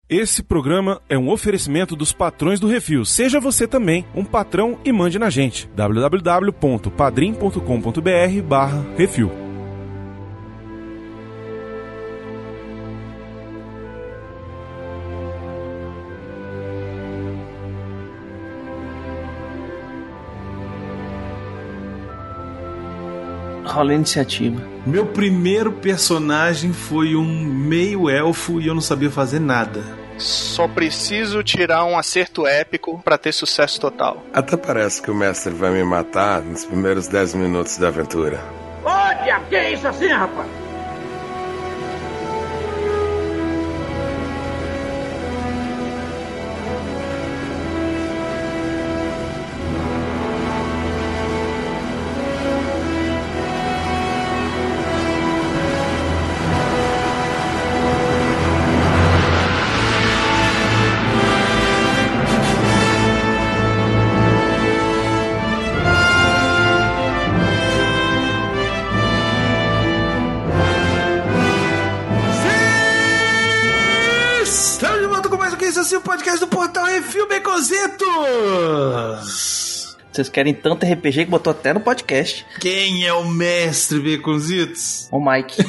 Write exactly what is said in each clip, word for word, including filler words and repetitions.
Esse programa é um oferecimento dos patrões do Refil. Seja você também um patrão e mande na gente. w w w ponto padrim ponto com ponto b r barra refil. Rola a iniciativa. Meu primeiro personagem foi um meio elfo e eu não sabia fazer nada. Só preciso tirar um acerto épico pra ter sucesso total. Até parece que o mestre vai me matar nos primeiros dez minutos da aventura. Ô, diabo, que é isso assim, rapaz? O podcast do Portal Refil, Baconzitos! Vocês querem tanto R P G que botou até no podcast. Quem é o mestre, Baconzitos? O Mike.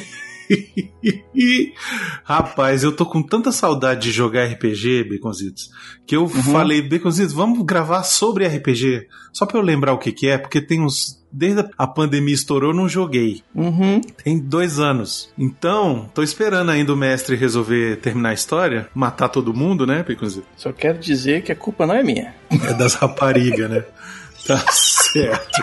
Rapaz, eu tô com tanta saudade de jogar R P G, Baconzitos, que eu uhum. falei, Baconzitos, vamos gravar sobre R P G? Só pra eu lembrar o que que é, porque tem uns... Desde a pandemia estourou, eu não joguei. Uhum. Tem dois anos. Então, tô esperando ainda o mestre resolver terminar a história, matar todo mundo, né, Baconzitos? Só quero dizer que a culpa não é minha. É das raparigas, né? Tá certo.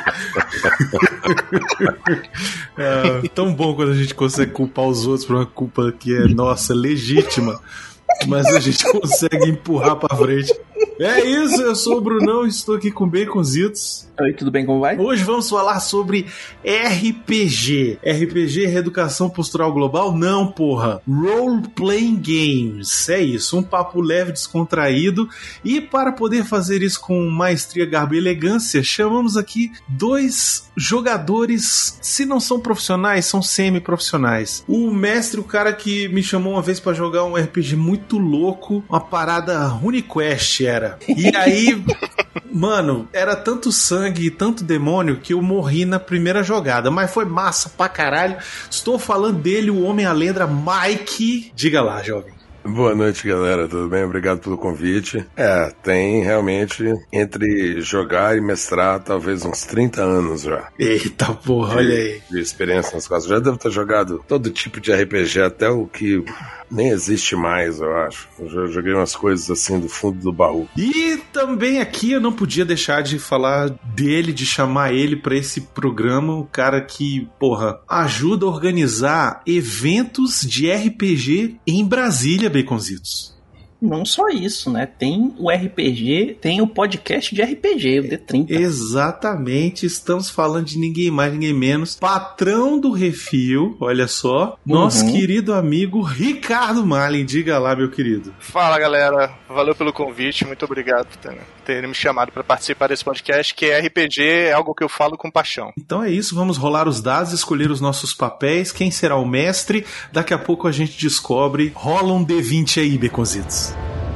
É tão bom quando a gente consegue culpar os outros por uma culpa que é nossa, legítima, mas a gente consegue empurrar pra frente. É isso, eu sou o Brunão e estou aqui com Baconzitos. Oi, tudo bem, como vai? Hoje vamos falar sobre R P G. R P G, Reeducação Postural Global? Não, porra. Role Playing Games. É isso, um papo leve, descontraído. E para poder fazer isso com maestria, garbo e elegância, chamamos aqui dois jogadores, se não são profissionais, são semi-profissionais. O mestre, o cara que me chamou uma vez para jogar um R P G muito louco, uma parada RuneQuest era. E aí, mano, era tanto sangue e tanto demônio que eu morri na primeira jogada, mas foi massa pra caralho. Estou falando dele, o Homem-a-Lenda Mike. Diga lá, jovem. Boa noite, galera, tudo bem? Obrigado pelo convite. É, tem realmente, entre jogar e mestrar, talvez uns trinta anos já. Eita porra, de, olha aí. De experiência nas coisas. Já devo ter jogado todo tipo de R P G, até o que nem existe mais, eu acho. Eu já joguei umas coisas assim do fundo do baú. E também aqui eu não podia deixar de falar dele, de chamar ele pra esse programa, o cara que, porra, ajuda a organizar eventos de R P G em Brasília, Baconzitos. Não só isso, né? Tem o R P G, tem o podcast de R P G, o D trinta. Exatamente, estamos falando de ninguém mais, ninguém menos. Patrão do Refil, olha só, uhum. Nosso querido amigo Ricardo Malin. Diga lá, meu querido. Fala, galera. Valeu pelo convite, muito obrigado por ter, ter me chamado para participar desse podcast, que é R P G, é algo que eu falo com paixão. Então é isso, vamos rolar os dados, escolher os nossos papéis, quem será o mestre, daqui a pouco a gente descobre. Rola um D vinte aí, Baconzitos.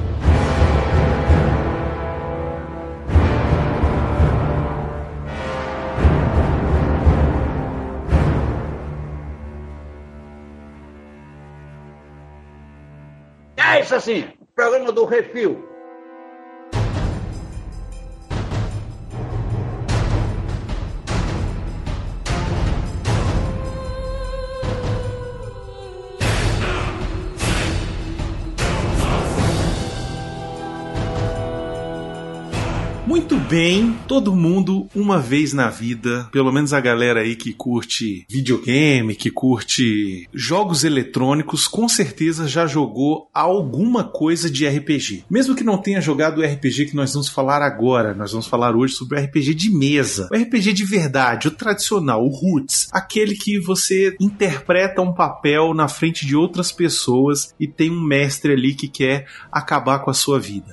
É isso assim, programa do Refil. Muito bem, todo mundo uma vez na vida, pelo menos a galera aí que curte videogame, que curte jogos eletrônicos, com certeza já jogou alguma coisa de R P G. Mesmo que não tenha jogado o R P G que nós vamos falar agora, nós vamos falar hoje sobre o R P G de mesa. O R P G de verdade, o tradicional, o roots, aquele que você interpreta um papel na frente de outras pessoas e tem um mestre ali que quer acabar com a sua vida.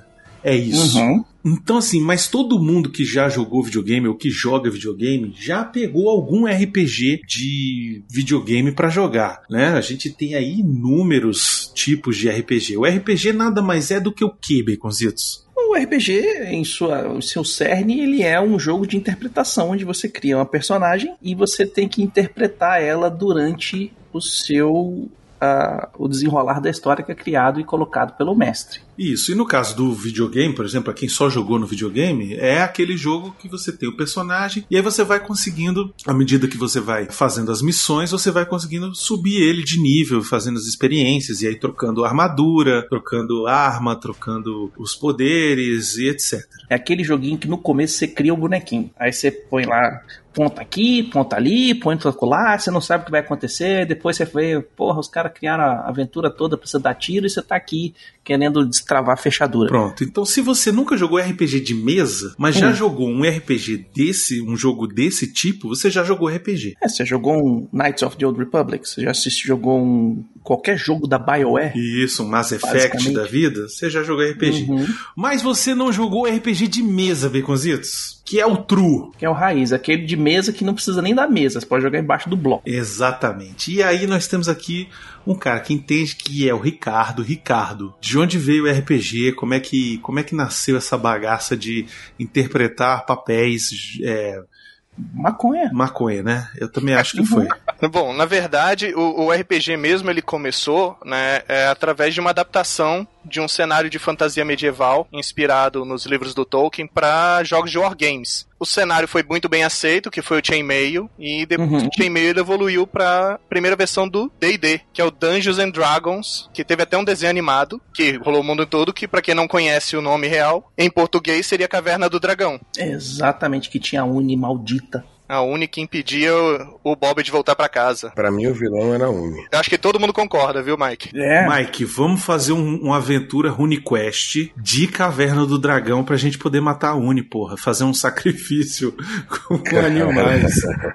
É isso. Uhum. Então, assim, mas todo mundo que já jogou videogame ou que joga videogame já pegou algum R P G de videogame pra jogar, né? A gente tem aí inúmeros tipos de R P G. O R P G nada mais é do que o quê, Baconzitos? O R P G, em sua, em seu cerne, ele é um jogo de interpretação onde você cria uma personagem e você tem que interpretar ela durante o seu... Uh, o desenrolar da história que é criado e colocado pelo mestre. Isso, e no caso do videogame, por exemplo, pra quem só jogou no videogame, é aquele jogo que você tem o personagem e aí você vai conseguindo, à medida que você vai fazendo as missões, você vai conseguindo subir ele de nível, fazendo as experiências, e aí trocando armadura, trocando arma, trocando os poderes e etcétera. É aquele joguinho que no começo você cria um bonequinho, aí você põe lá ponta aqui, ponta ali, ponta lá, você não sabe o que vai acontecer, depois você vê, porra, os caras criaram a aventura toda pra você dar tiro e você tá aqui querendo destravar a fechadura. Pronto, então se você nunca jogou R P G de mesa, mas já hum. jogou um R P G desse, um jogo desse tipo, você já jogou R P G. É, você jogou um Knights of the Old Republic, você já assiste, jogou um qualquer jogo da BioWare. Isso, um Mass Effect da vida, você já jogou R P G. Uhum. Mas você não jogou R P G de mesa, Baconzitos, que é o true. Que é o raiz, aquele de mesa que não precisa nem da mesa, você pode jogar embaixo do bloco. Exatamente. E aí nós temos aqui um cara que entende que é o Ricardo. Ricardo, de onde veio o R P G? Como é que, como é que nasceu essa bagaça de interpretar papéis... É... Maconha. Maconha, né? Eu também acho que foi. Bom, na verdade, o, o R P G mesmo, ele começou, né, é, através de uma adaptação de um cenário de fantasia medieval, inspirado nos livros do Tolkien, para jogos de wargames. O cenário foi muito bem aceito, que foi o Chainmail, e depois Uhum. o Chainmail ele evoluiu para a primeira versão do D e D, que é o Dungeons and Dragons, que teve até um desenho animado, que rolou o mundo todo, que pra quem não conhece o nome real, em português seria Caverna do Dragão. Exatamente, que tinha a Uni maldita. A Uni que impedia o, o Bob de voltar pra casa. Pra mim, o vilão era a Uni. Eu acho que todo mundo concorda, viu, Mike? É. Mike, vamos fazer um, uma aventura RuneQuest de Caverna do Dragão pra gente poder matar a Uni, porra. Fazer um sacrifício com, com animais.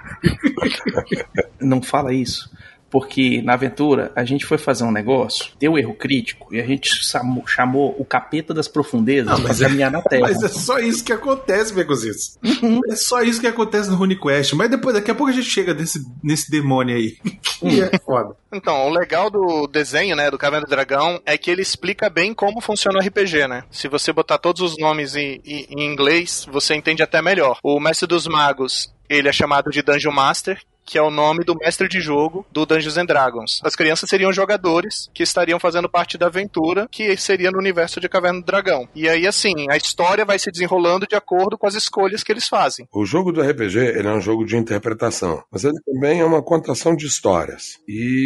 Não fala isso. Porque na aventura a gente foi fazer um negócio, deu erro crítico e a gente chamou, chamou o capeta das profundezas para caminhar é, na Terra. Mas é só isso que acontece, Becozitos. Uhum. É só isso que acontece no RuneQuest. Mas depois, daqui a pouco a gente chega desse, nesse demônio aí. Que é foda. Então, o legal do desenho, né, do Caverna do Dragão, é que ele explica bem como funciona o R P G, né? Se você botar todos os nomes em, em, em inglês, você entende até melhor. O Mestre dos Magos, ele é chamado de Dungeon Master, que é o nome do mestre de jogo do Dungeons and Dragons. As crianças seriam jogadores que estariam fazendo parte da aventura, que seria no universo de Caverna do Dragão. E aí, assim, a história vai se desenrolando de acordo com as escolhas que eles fazem. O jogo do R P G, ele é um jogo de interpretação, mas ele também é uma contação de histórias.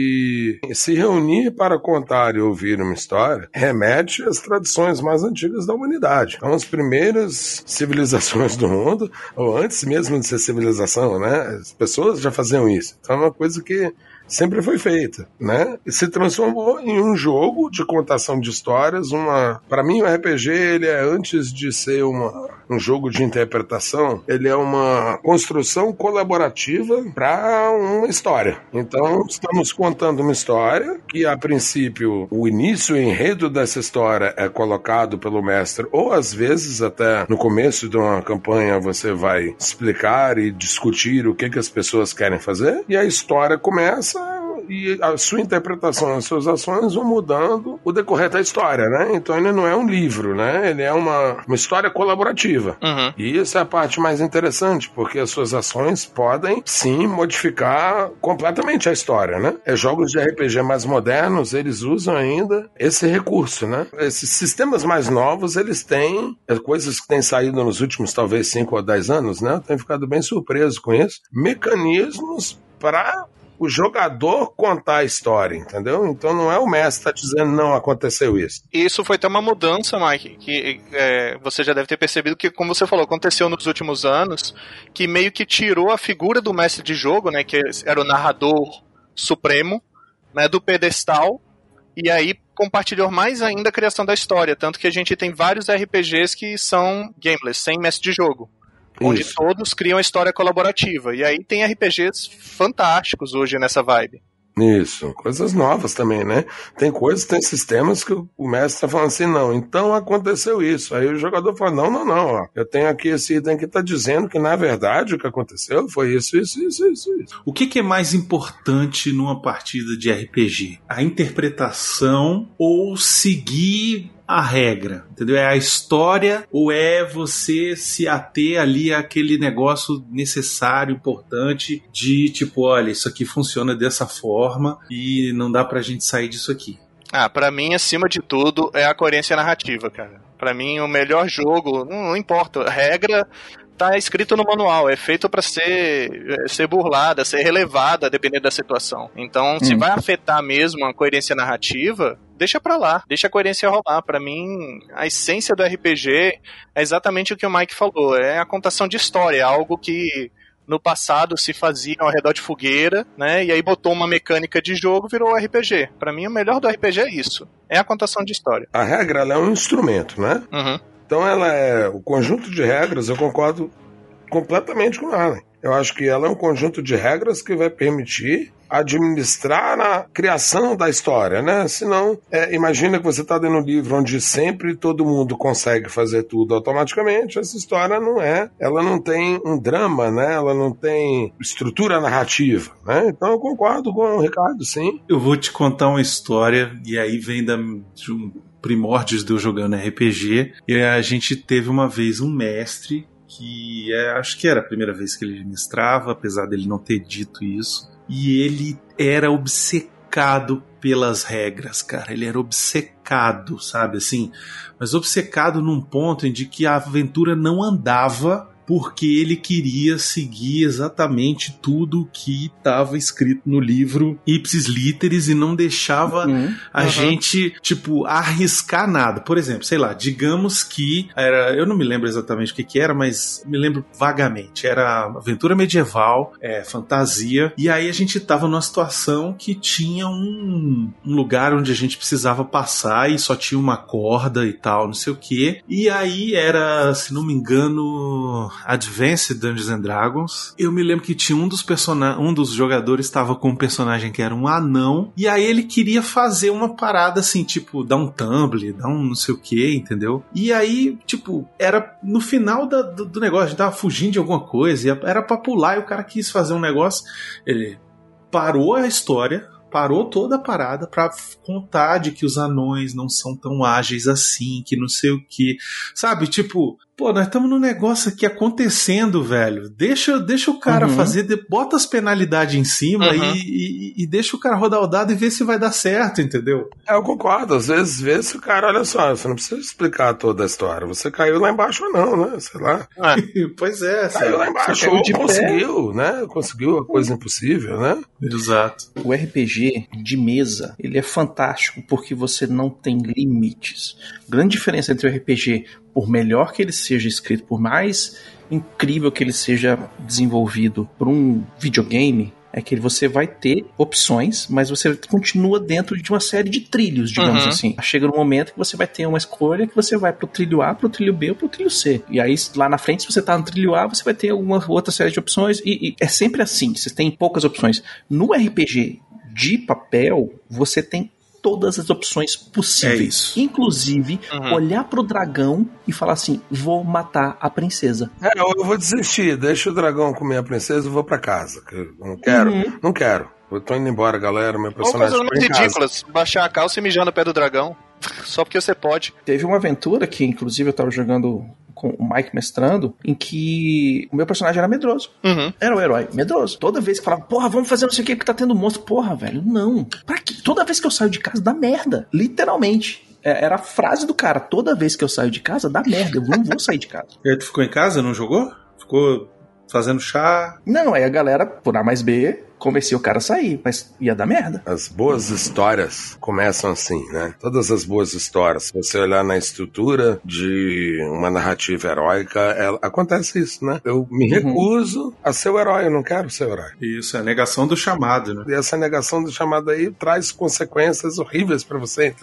E se reunir para contar e ouvir uma história remete às tradições mais antigas da humanidade. Então, as primeiras civilizações do mundo, ou antes mesmo de ser civilização, né? As pessoas já faziam isso. Então é uma coisa que sempre foi feita, né? E se transformou em um jogo de contação de histórias, uma... Para mim, o R P G, ele é, antes de ser uma, um jogo de interpretação, ele é uma construção colaborativa para uma história. Então, estamos contando uma história que, a princípio, o início e enredo dessa história é colocado pelo mestre, ou às vezes até no começo de uma campanha você vai explicar e discutir o que, que as pessoas querem fazer, e a história começa e a sua interpretação, as suas ações vão mudando o decorrer da história, né? Então ele não é um livro, né? Ele é uma, uma história colaborativa. Uhum. E isso é a parte mais interessante, porque as suas ações podem, sim, modificar completamente a história, né? É, jogos de R P G mais modernos, eles usam ainda esse recurso, né? Esses sistemas mais novos, eles têm coisas que têm saído nos últimos, talvez, cinco ou dez anos, né? Eu tenho ficado bem surpreso com isso. Mecanismos para o jogador contar a história, entendeu? Então não é o mestre que tá dizendo não aconteceu isso. Isso foi até uma mudança, Mike, que é, você já deve ter percebido que, como você falou, aconteceu nos últimos anos, que meio que tirou a figura do mestre de jogo, né, que era o narrador supremo, né, do pedestal, e aí compartilhou mais ainda a criação da história, tanto que a gente tem vários R P Gs que são gameless, sem mestre de jogo. Onde Isso. todos criam a história colaborativa. E aí tem R P Gs fantásticos hoje nessa vibe. Isso, coisas novas também, né? Tem coisas, tem sistemas que o mestre tá falando assim, não, então aconteceu isso. Aí o jogador fala, não, não, não, ó, eu tenho aqui esse item que tá dizendo que na verdade o que aconteceu foi isso, isso, isso, isso, isso. O que, que é mais importante numa partida de R P G? A interpretação ou seguir a regra, entendeu? É a história ou é você se ater ali àquele negócio necessário, importante de tipo, olha, isso aqui funciona dessa forma e não dá pra gente sair disso aqui. Ah, pra mim, acima de tudo, é a coerência narrativa, cara. Pra mim, o melhor jogo, não, não importa, a regra tá escrito no manual, é feito pra ser, ser burlada, ser relevada, dependendo da situação. Então, hum. se vai afetar mesmo a coerência narrativa, deixa pra lá, deixa a coerência rolar. Pra mim, a essência do R P G é exatamente o que o Mike falou, é a contação de história, algo que no passado se fazia ao redor de fogueira, né, e aí botou uma mecânica de jogo, virou R P G. Pra mim, o melhor do R P G é isso, é a contação de história. A regra, ela é um instrumento, né? Uhum. Então ela é o conjunto de regras, eu concordo completamente com o Alan. Eu acho que ela é um conjunto de regras que vai permitir administrar a criação da história, né? Senão, é, imagina que você está dentro um livro onde sempre todo mundo consegue fazer tudo automaticamente, essa história não é, ela não tem um drama, né? Ela não tem estrutura narrativa, né? Então eu concordo com o Ricardo, sim. Eu vou te contar uma história, e aí vem da, de um primórdios de eu jogando R P G, e a gente teve uma vez um mestre que é, acho que era a primeira vez que ele mestrava, apesar dele não ter dito isso, e ele era obcecado pelas regras, cara, ele era obcecado, sabe, assim, mas obcecado num ponto em de que a aventura não andava porque ele queria seguir exatamente tudo o que estava escrito no livro ipsis literis e não deixava uhum, a uhum. gente, tipo, arriscar nada. Por exemplo, sei lá, digamos que era, eu não me lembro exatamente o que que era, mas me lembro vagamente, era aventura medieval, é, fantasia, e aí a gente tava numa situação que tinha um, um lugar onde a gente precisava passar e só tinha uma corda e tal, não sei o que, e aí era, se não me engano, Advanced Dungeons and Dragons. Eu me lembro que tinha um dos personagens, um dos jogadores estava com um personagem que era um anão, e aí ele queria fazer uma parada assim, tipo, dar um tumble, dar um não sei o que, entendeu? E aí, tipo, era no final da, do, do negócio, a gente tava fugindo de alguma coisa, era pra pular, e o cara quis fazer um negócio, ele parou a história, parou toda a parada pra contar de que os anões não são tão ágeis assim, que não sei o que, sabe, tipo, pô, nós estamos num negócio aqui acontecendo, velho, deixa, deixa o cara uhum. fazer, bota as penalidades em cima uhum. e, e, e deixa o cara rodar o dado e ver se vai dar certo, entendeu? É, eu concordo, às vezes vê se o cara, olha só, você não precisa explicar toda a história, você caiu lá embaixo ou não, né, sei lá. É. Pois é. Caiu lá embaixo ou conseguiu, né, conseguiu a coisa impossível, né? Exato. O R P G de mesa, ele é fantástico porque você não tem limites. A grande diferença entre o R P G, por melhor que ele seja escrito, por mais incrível que ele seja desenvolvido por um videogame, é que você vai ter opções, mas você continua dentro de uma série de trilhos, digamos uhum. assim. Chega no momento que você vai ter uma escolha que você vai pro trilho A, pro trilho B ou pro trilho C. E aí, lá na frente, se você tá no trilho A, você vai ter alguma outra série de opções, e, e é sempre assim, você tem poucas opções. No R P G de papel, você tem todas as opções possíveis. É inclusive, uhum. olhar pro dragão e falar assim, vou matar a princesa. É, eu vou desistir, deixa o dragão comer a princesa e vou pra casa. Eu não quero, uhum. não quero. Eu tô indo embora, galera, meu personagem Ou coisas muito ridículas, baixar a calça e mijar no pé do dragão, só porque você pode. Teve uma aventura que, inclusive, eu tava jogando com o Mike mestrando, em que o meu personagem era medroso. Uhum. Era o herói, medroso. Toda vez que falava, porra, vamos fazer não sei o que porque tá tendo monstro. Porra, velho, não. Pra quê? Toda vez que eu saio de casa, dá merda. Literalmente. Era a frase do cara. Toda vez que eu saio de casa, dá merda. Eu não vou sair de casa. E aí tu ficou em casa, não jogou? Ficou fazendo chá? Não, aí a galera, por A mais B, convencia o cara a sair, mas ia dar merda. As boas histórias começam assim, né? Todas as boas histórias, se você olhar na estrutura de uma narrativa heróica, ela, acontece isso, né? Eu me recuso uhum. a ser o herói, eu não quero ser o herói. Isso, é a negação do chamado, né? E essa negação do chamado aí traz consequências horríveis pra você, entendeu?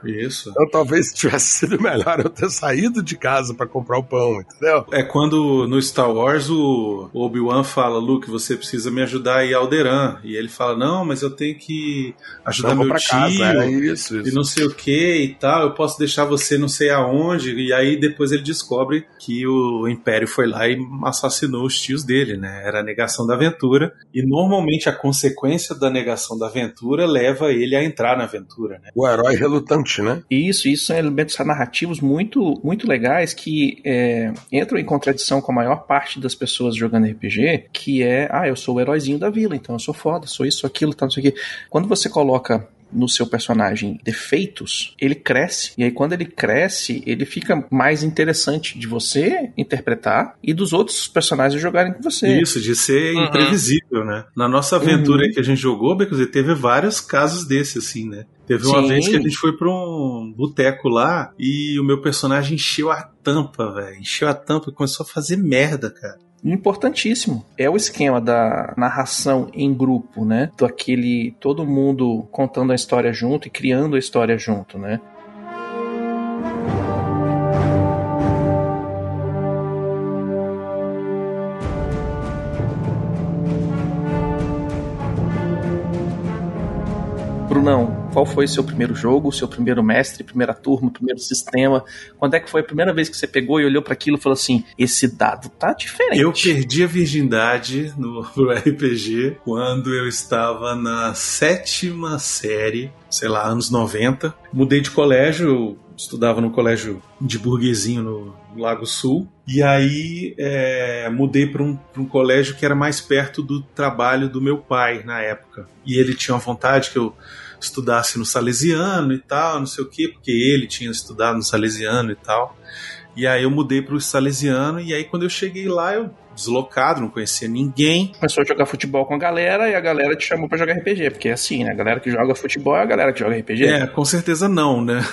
Isso. Então talvez tivesse sido melhor eu ter saído de casa pra comprar o pão, entendeu? É quando no Star Wars o Obi-Wan fala, Luke, você precisa me ajudar a ir a Alderaan. E ele fala, não, mas eu tenho que ajudar Não, meu tio casa, é isso, isso. e não sei o que e tal, eu posso deixar você não sei aonde. E aí depois ele descobre que o Império foi lá e assassinou os tios dele, né? Era a negação da aventura. E normalmente a consequência da negação da aventura leva ele a entrar na aventura, né? O herói relutante, né? Isso, isso são elementos narrativos muito, muito legais que é, entram em contradição com a maior parte das pessoas jogando R P G, que é, ah, eu sou o heróizinho da vila, então eu sou foda, sou isso, sou aquilo, tal, não sei o quê. Quando você coloca no seu personagem defeitos, ele cresce. E aí quando ele cresce, ele fica mais interessante de você interpretar e dos outros personagens jogarem com você. Isso, de ser Uhum. imprevisível, né? Na nossa aventura Uhum. que a gente jogou, Becos, teve vários casos desses, assim, né? Teve uma Sim. vez que a gente foi pra um boteco lá e o meu personagem encheu a tampa, velho. Encheu a tampa e começou a fazer merda, cara. Importantíssimo. É o esquema da narração em grupo, né? Do aquele todo mundo contando a história junto e criando a história junto, né? Brunão, qual foi o seu primeiro jogo, o seu primeiro mestre, primeira turma, primeiro sistema? Quando é que foi a primeira vez que você pegou e olhou para aquilo e falou assim, esse dado tá diferente? Eu perdi a virgindade no pro R P G quando eu estava na sétima série, sei lá, anos noventa. Mudei de colégio, eu estudava no colégio de burguesinho no Lago Sul. E aí é, mudei para um, pra um colégio que era mais perto do trabalho do meu pai na época. E ele tinha uma vontade que eu estudasse no Salesiano e tal, não sei o quê, porque ele tinha estudado no Salesiano e tal. E aí eu mudei para o Salesiano, e aí quando eu cheguei lá, eu deslocado, não conhecia ninguém. Começou a jogar futebol com a galera e a galera te chamou pra jogar R P G, porque é assim, né? A galera que joga futebol é a galera que joga R P G. É, com certeza não, né?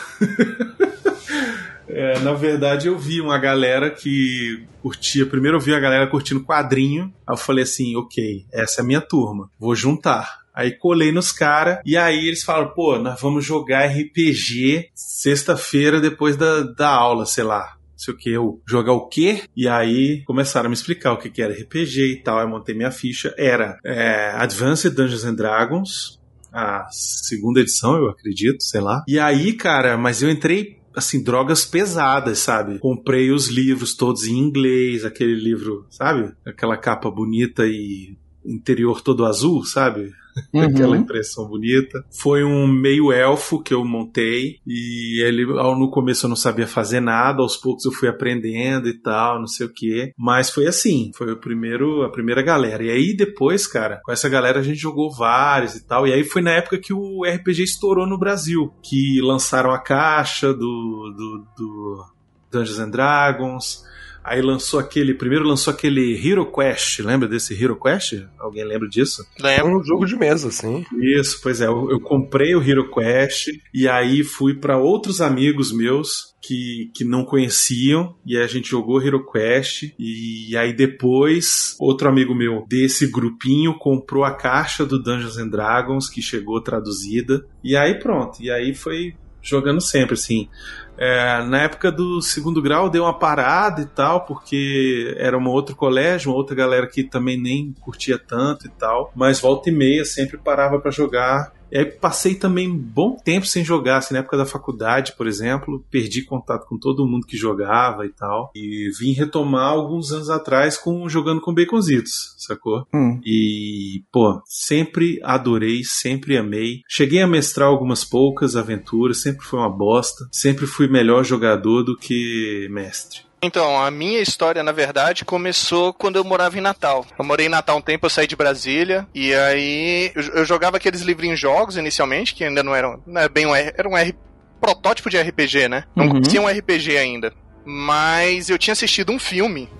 É, na verdade eu vi uma galera que curtia, primeiro eu vi a galera curtindo quadrinho, aí eu falei assim, ok, essa é a minha turma, vou juntar. Aí colei nos caras, e aí eles falaram, pô, nós vamos jogar R P G sexta-feira depois da, da aula, sei lá. Não sei o que, eu jogar o quê? E aí começaram a me explicar o que, que era R P G e tal, aí eu montei minha ficha, era é, Advanced Dungeons and Dragons, a segunda edição, eu acredito, sei lá. E aí, cara, mas eu entrei assim, drogas pesadas, sabe? Comprei os livros todos em inglês, aquele livro, sabe? Aquela capa bonita e interior todo azul, sabe? Uhum. Aquela impressão bonita. Foi um meio elfo que eu montei e ele, no começo eu não sabia fazer nada, aos poucos eu fui aprendendo e tal, não sei o que. Mas foi assim, foi o primeiro, a primeira galera. E aí depois, cara, com essa galera a gente jogou vários e tal. E aí foi na época que o R P G estourou no Brasil, que lançaram a caixa do, do, do Dungeons and Dragons. Aí lançou aquele, primeiro lançou aquele Hero Quest, lembra desse Hero Quest? Alguém lembra disso? É um jogo de mesa, sim. Isso, pois é, eu, eu comprei o Hero Quest e aí fui para outros amigos meus que, que não conheciam e a gente jogou Hero Quest e aí depois outro amigo meu desse grupinho comprou a caixa do Dungeons and Dragons que chegou traduzida e aí pronto, e aí foi jogando sempre, assim. É, na época do segundo grau deu uma parada e tal, porque era um outro colégio, uma outra galera que também nem curtia tanto e tal, mas volta e meia sempre parava pra jogar. E aí passei também bom tempo sem jogar, assim, na época da faculdade, por exemplo, perdi contato com todo mundo que jogava e tal, e vim retomar alguns anos atrás com, jogando com Baconzitos, sacou? Hum. E, pô, sempre adorei, sempre amei. Cheguei a mestrar algumas poucas aventuras, sempre foi uma bosta, sempre fui melhor jogador do que mestre. Então, a minha história, na verdade, começou quando eu morava em Natal. Eu morei em Natal um tempo, eu saí de Brasília, e aí eu, eu jogava aqueles livrinhos jogos inicialmente, que ainda não eram, não era bem um, era um R, protótipo de R P G, né? Não Uhum. conhecia um R P G ainda. Mas eu tinha assistido um filme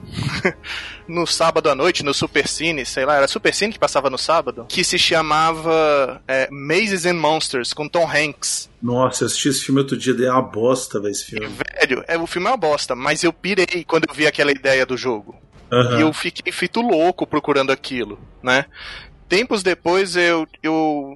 no sábado à noite, no Supercine, sei lá, era Supercine que passava no sábado, que se chamava é, Mazes and Monsters, com Tom Hanks. Nossa, eu assisti esse filme outro dia, dei uma bosta, velho, esse filme. Velho, é, o filme é uma bosta, mas eu pirei quando eu vi aquela ideia do jogo. Uhum. E eu fiquei feito louco procurando aquilo, né? Tempos depois eu, eu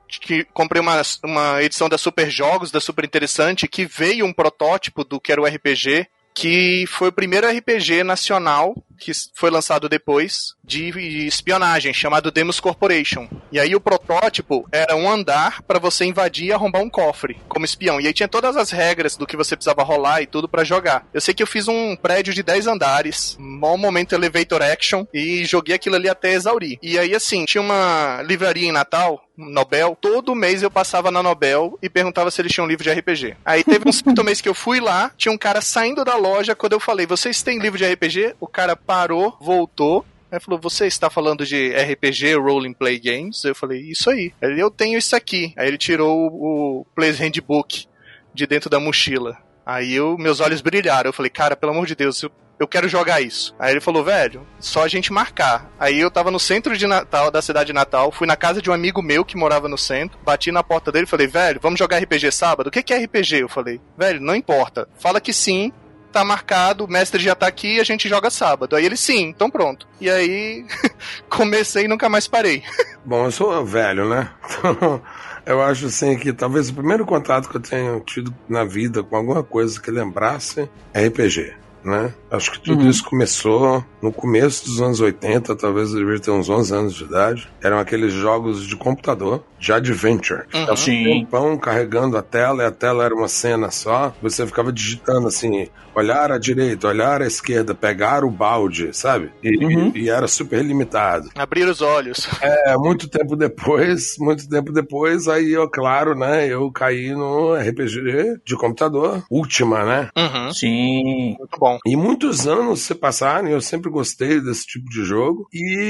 que comprei uma, uma edição da Super Jogos, da Super Interessante, que veio um protótipo do que era o R P G, que foi o primeiro R P G nacional que foi lançado depois de espionagem, chamado Demos Corporation. E aí o protótipo era um andar para você invadir e arrombar um cofre como espião. E aí tinha todas as regras do que você precisava rolar e tudo para jogar. Eu sei que eu fiz um prédio de dez andares, bom momento elevator action, e joguei aquilo ali até exaurir. E aí assim, tinha uma livraria em Natal, Nobel, todo mês eu passava na Nobel e perguntava se eles tinham um livro de R P G. Aí teve um certo mês que eu fui lá, tinha um cara saindo da loja, quando eu falei, vocês têm livro de R P G? O cara parou, voltou, aí falou, você está falando de R P G, Role and Play Games? Eu falei, isso aí. Ele, eu tenho isso aqui. Aí ele tirou o, o Player's Handbook de dentro da mochila. Aí eu, meus olhos brilharam, eu falei, cara, pelo amor de Deus, eu Eu quero jogar isso. Aí ele falou, velho, só a gente marcar. Aí eu tava no centro de Natal, da cidade de Natal, fui na casa de um amigo meu que morava no centro, bati na porta dele e falei, velho, vamos jogar R P G sábado? O que que é R P G? Eu falei, velho, não importa. Fala que sim, tá marcado, o mestre já tá aqui e a gente joga sábado. Aí ele, sim, então pronto. E aí, comecei e nunca mais parei. Bom, eu sou velho, né? Então, eu acho assim que talvez o primeiro contato que eu tenha tido na vida com alguma coisa que lembrasse é R P G. Né? Acho que tudo uhum. isso começou no começo dos anos oitenta, talvez eu devia ter uns onze anos de idade. Eram aqueles jogos de computador, de adventure. Uhum. Sim. Um tempão carregando a tela, e a tela era uma cena só. Você ficava digitando assim, olhar à direita, olhar à esquerda, pegar o balde, sabe? E, uhum. e, e era super limitado. Abrir os olhos. É, muito tempo depois, muito tempo depois, aí eu, claro, né, eu caí no R P G de computador, Ultima, né? Uhum. Sim. Muito bom. E muitos anos se passaram e eu sempre gostei desse tipo de jogo.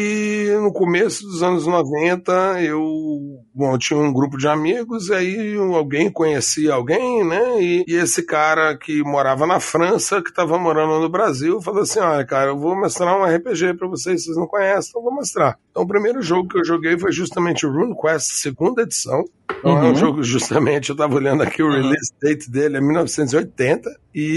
E no começo dos anos noventa, eu, bom, eu tinha um grupo de amigos, e aí alguém conhecia alguém, né? E, e esse cara que morava na França, que estava morando no Brasil, falou assim, olha, cara, eu vou mostrar um R P G pra vocês, vocês não conhecem, então eu vou mostrar. Então o primeiro jogo que eu joguei foi justamente o RuneQuest, segunda edição. Então uhum. é um jogo, justamente, eu tava olhando aqui o release date dele, é mil novecentos e oitenta,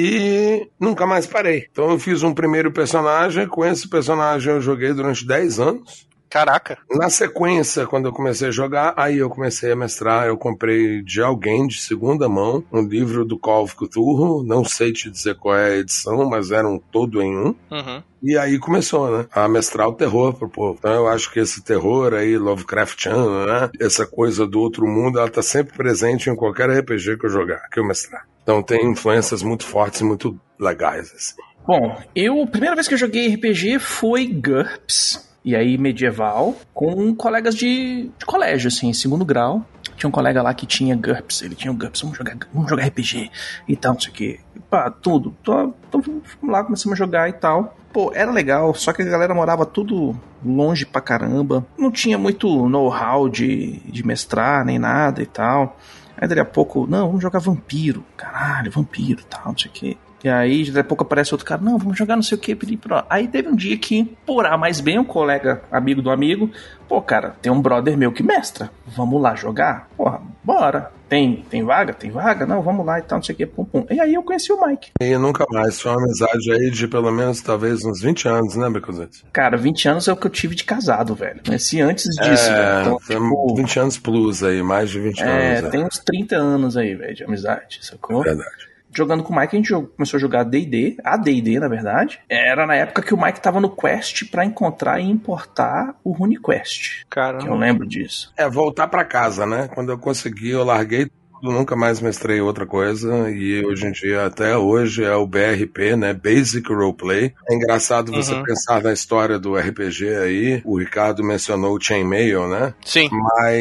e nunca mais parei. Então eu fiz um primeiro personagem, com esse personagem eu joguei durante dez anos. Caraca. Na sequência, quando eu comecei a jogar, aí eu comecei a mestrar, eu comprei de alguém, de segunda mão, um livro do Call of Cthulhu, não sei te dizer qual é a edição, mas era um todo em um. Uhum. E aí começou, né, a mestrar o terror pro povo. Então eu acho que esse terror aí, Lovecraftiano, né, essa coisa do outro mundo, ela tá sempre presente em qualquer R P G que eu jogar, que eu mestrar. Então tem influências muito fortes e muito legais, assim. Bom, eu, a primeira vez que eu joguei R P G foi GURPS, e aí medieval, com colegas de, de colégio, assim, segundo grau. Tinha um colega lá que tinha GURPS, ele tinha o GURPS, vamos jogar, vamos jogar R P G e tal, não sei o que. Pá, tudo. Então fomos lá, começamos a jogar e tal. Pô, era legal, só que a galera morava tudo longe pra caramba. Não tinha muito know-how de, de mestrar, nem nada e tal. Aí dali a pouco, não, vamos jogar vampiro. Caralho, vampiro e tal, não sei o que. E aí, daqui a pouco aparece outro cara, não, vamos jogar não sei o que. Aí teve um dia que, por A mais bem, um colega, amigo do amigo, pô, cara, tem um brother meu que mestra, vamos lá jogar? Porra, bora. Tem, tem vaga? Tem vaga? Não, vamos lá e tal, não sei o que, pum, pum. E aí eu conheci o Mike. E nunca mais, foi uma amizade aí de pelo menos, talvez, uns vinte anos, né, Becozete? Cara, vinte anos é o que eu tive de casado, velho. Conheci antes disso, é, velho. Então, tipo, vinte anos plus aí, mais de vinte é, anos. É, tem uns trinta anos aí, velho, de amizade, sacou? É verdade. Jogando com o Mike, a gente começou a jogar D e D, a D e D, na verdade. Era na época que o Mike tava no Quest pra encontrar e importar o RuneQuest. Caramba. Que eu lembro disso. É, voltar pra casa, né? Quando eu consegui, eu larguei tudo, nunca mais mestrei outra coisa, e hoje em dia, até hoje, é o B R P, né? Basic Roleplay. É engraçado você uhum. pensar na história do R P G aí. O Ricardo mencionou o Chainmail, né? Sim.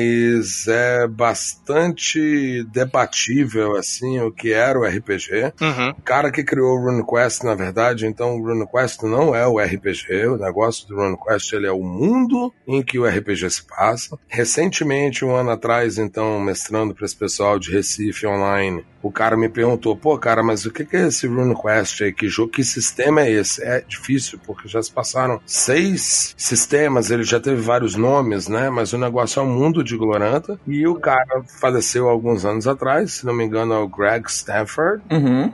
Mas é bastante debatível, assim, o que era o R P G. Uhum. O cara que criou o RuneQuest, na verdade, então o RuneQuest não é o R P G. O negócio do RuneQuest, ele é o mundo em que o R P G se passa. Recentemente, um ano atrás, então, mestrando para esse pessoal de Recife online, o cara me perguntou, pô, cara, mas o que é esse RuneQuest aí? Que jogo, que sistema é esse? É difícil, porque já se passaram seis sistemas, ele já teve vários nomes, né? Mas o negócio é um mundo de Gloranta, e o cara faleceu alguns anos atrás, se não me engano é o Greg Stanford, uhum.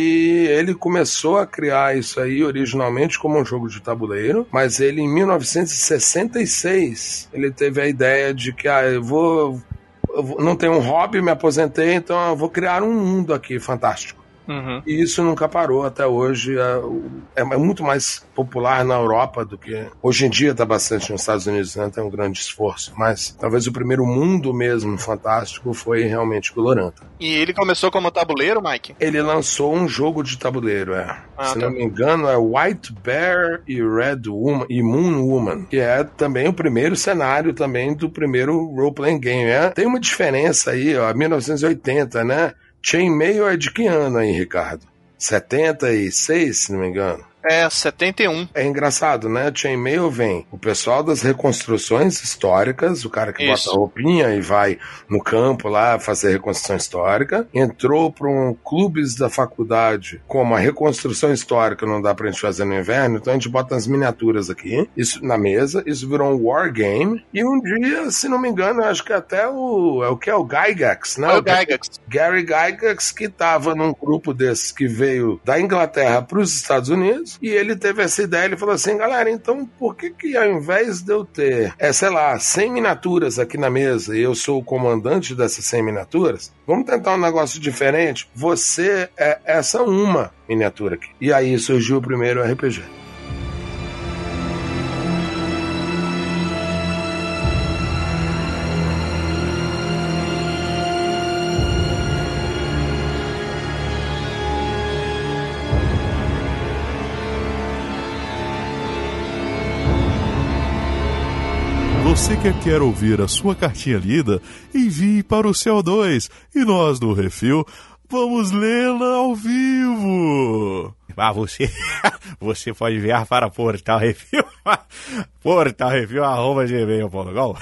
e ele começou a criar isso aí originalmente como um jogo de tabuleiro, mas ele em mil novecentos e sessenta e seis, ele teve a ideia de que, ah, eu vou eu não tenho um hobby, me aposentei, então eu vou criar um mundo aqui fantástico. Uhum. E isso nunca parou até hoje. É, é muito mais popular na Europa do que... Hoje em dia está bastante nos Estados Unidos, né? Tem um grande esforço. Mas talvez o primeiro mundo mesmo fantástico foi realmente Gloranta. E ele começou como tabuleiro, Mike? Ele lançou um jogo de tabuleiro, é. Ah, Se tá. não me engano, é White Bear e Red Woman e Moon Woman, que é também o primeiro cenário também do primeiro role-playing game. É. Tem uma diferença aí, ó, mil novecentos e oitenta, né? Chainmail é de que ano aí, Ricardo? setenta e seis, se não me engano. É, setenta e um. É engraçado, né? Chainmail vem o pessoal das reconstruções históricas, o cara que Isso. bota a roupinha e vai no campo lá fazer reconstrução histórica. Entrou para um clubes da faculdade, como a reconstrução histórica não dá pra gente fazer no inverno, então a gente bota as miniaturas aqui, isso na mesa, isso virou um wargame. E um dia, se não me engano, eu acho que até o... é o que é o Gygax, né? Foi o Gygax. Gary Gygax, que estava num grupo desses que veio da Inglaterra para os Estados Unidos, e ele teve essa ideia, ele falou assim, galera, então por que que ao invés de eu ter, é, sei lá, cem miniaturas aqui na mesa, e eu sou o comandante dessas cem miniaturas, vamos tentar um negócio diferente? Você é essa uma miniatura aqui. E aí surgiu o primeiro R P G. Você que quer ouvir a sua cartinha lida, envie para o C O dois e nós do Refil vamos lê-la ao vivo. Ah, você, você pode enviar para Portal Refil, portal refil arroba gmail ponto com.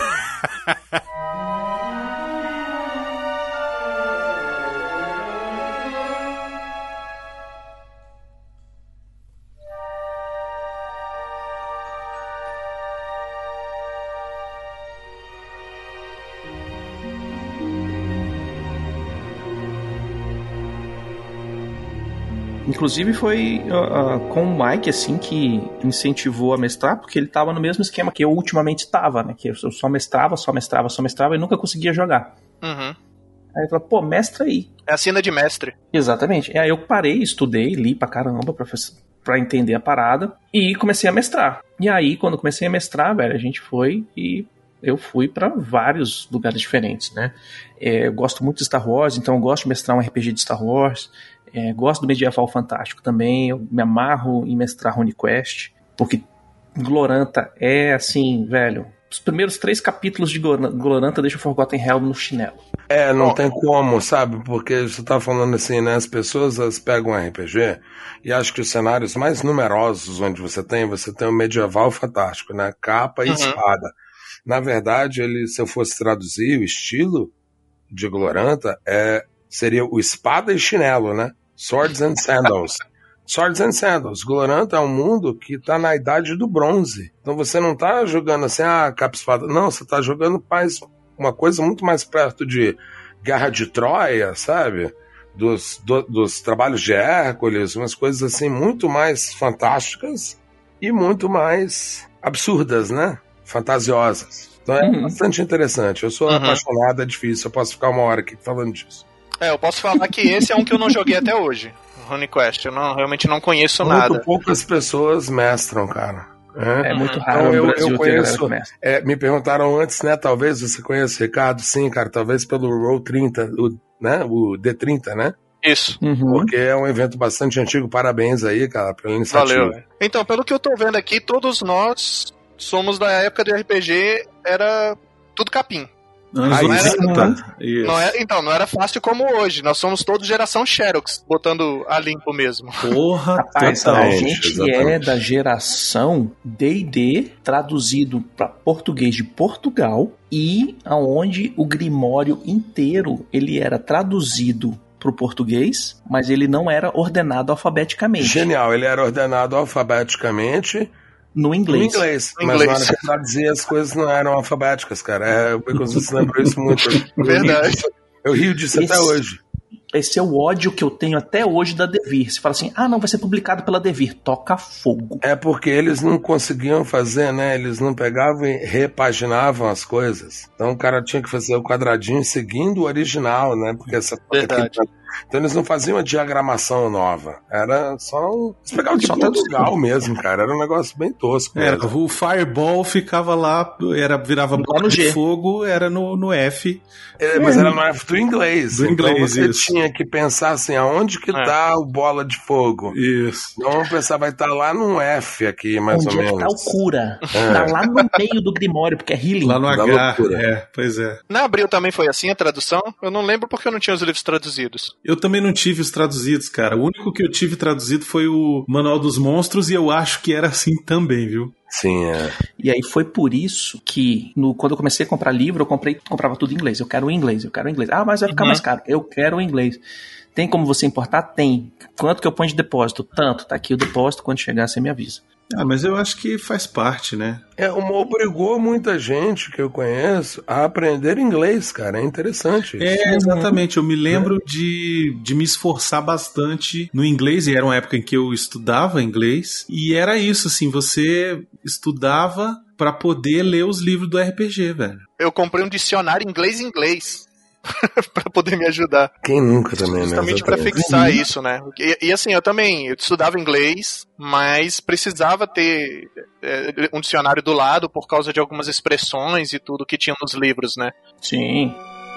Inclusive foi uh, uh, com o Mike, assim, que incentivou a mestrar, porque ele tava no mesmo esquema que eu ultimamente tava, né? Que eu só mestrava, só mestrava, só mestrava e nunca conseguia jogar. Uhum. Aí ele falou, pô, mestra aí. É a sina de mestre. Exatamente. Aí eu parei, estudei, li pra caramba pra, pra entender a parada e comecei a mestrar. E aí, quando comecei a mestrar, velho, a gente foi e eu fui pra vários lugares diferentes, né? É, eu gosto muito de Star Wars, então eu gosto de mestrar um R P G de Star Wars. É, gosto do medieval fantástico também, eu me amarro em mestrar RuneQuest, porque Gloranta é assim, velho, os primeiros três capítulos de Gloranta deixam o Forgotten Realm no chinelo. É, não tem como, sabe? Porque você tá falando assim, né? As pessoas elas pegam um R P G e acho que os cenários mais numerosos onde você tem, você tem o medieval fantástico, né? Capa e uhum. espada. Na verdade, ele, se eu fosse traduzir o estilo de Gloranta, é, seria o espada e chinelo, né? Swords and Sandals. Swords and Sandals. Gloranta é um mundo que tá na idade do bronze. Então você não tá jogando assim, ah, capa espada. Não, você tá jogando mais uma coisa muito mais perto de Guerra de Troia, sabe? Dos, do, dos trabalhos de Hércules, umas coisas assim muito mais fantásticas e muito mais absurdas, né? Fantasiosas. Então é uhum. bastante interessante. Eu sou uhum. apaixonado, é difícil. Eu posso ficar uma hora aqui falando disso. É, eu posso falar que esse é um que eu não joguei até hoje. RuneQuest. Eu não, realmente não conheço muito nada. Muito poucas pessoas mestram, cara. É, é muito raro. Então, eu, Brasil eu conheço. É, me perguntaram antes, né? Talvez você conheça o Ricardo. Sim, cara. Talvez pelo Roll trinta, o, né? O D trinta, né? Isso. Uhum. Porque é um evento bastante antigo. Parabéns aí, cara, pela iniciativa. Valeu. Então, pelo que eu tô vendo aqui, todos nós somos da época do R P G, era tudo capim. Anos não era, oitenta. Não era, então, não era fácil como hoje. Nós somos todos geração Xerox, botando a limpo mesmo. Porra, rapaz, total. a gente exatamente. É da geração D e D traduzido para português de Portugal e aonde o Grimório inteiro ele era traduzido pro português, mas ele não era ordenado alfabeticamente. Genial, ele era ordenado alfabeticamente no inglês. No inglês, no mas inglês. na hora que traduzia as coisas não eram alfabéticas, cara. É, o Beconzitos lembrou isso muito. Verdade. Eu rio disso esse, até hoje. Esse é o ódio que eu tenho até hoje da Devir. Você fala assim, ah, não, vai ser publicado pela Devir. Toca fogo. É porque eles não conseguiam fazer, né? Eles não pegavam e repaginavam as coisas. Então o cara tinha que fazer o quadradinho seguindo o original, né? Porque essa... Verdade. Então eles não faziam uma diagramação nova. Era só um... Eles pegavam de Portugal mesmo, cara. Era um negócio bem tosco. Era, mesmo. o Fireball ficava lá, era, virava bola de G. fogo, era no, no F. É, mas era no F do inglês. Do então inglês, você isso. tinha que pensar assim, aonde que É. tá o bola de fogo? Isso. Então vamos pensar, vai estar lá no F aqui, mais Onde ou é que menos. tá o cura? É. Tá lá no meio do Grimório, porque é healing. Lá no Da H, loucura. é, pois é. Na Abril também foi assim a tradução? Eu não lembro porque eu não tinha os livros traduzidos. Eu também não tive os traduzidos, cara. O único que eu tive traduzido foi o Manual dos Monstros e eu acho que era assim também, viu? Sim, é. E aí foi por isso que, no, quando eu comecei a comprar livro, eu comprei, comprava tudo em inglês. Eu quero o inglês, eu quero o inglês. Ah, mas vai ficar Uhum. mais caro. Eu quero o inglês. Tem como você importar? Tem. Quanto que eu ponho de depósito? Tanto. Tá aqui o depósito. Quando chegar, você me avisa. Ah, mas eu acho que faz parte, né? É, uma obrigou muita gente que eu conheço a aprender inglês, cara. É interessante isso. É, exatamente. Eu me lembro de, de me esforçar bastante no inglês, e era uma época em que eu estudava inglês, e era isso, assim, você estudava pra poder ler os livros do R P G, velho. Eu comprei um dicionário inglês-inglês pra poder me ajudar. Quem nunca também, né? Justamente pra Exatamente. fixar isso, né? E, e assim, eu também eu estudava inglês, mas precisava ter é, um dicionário do lado por causa de algumas expressões e tudo que tinha nos livros, né? Sim.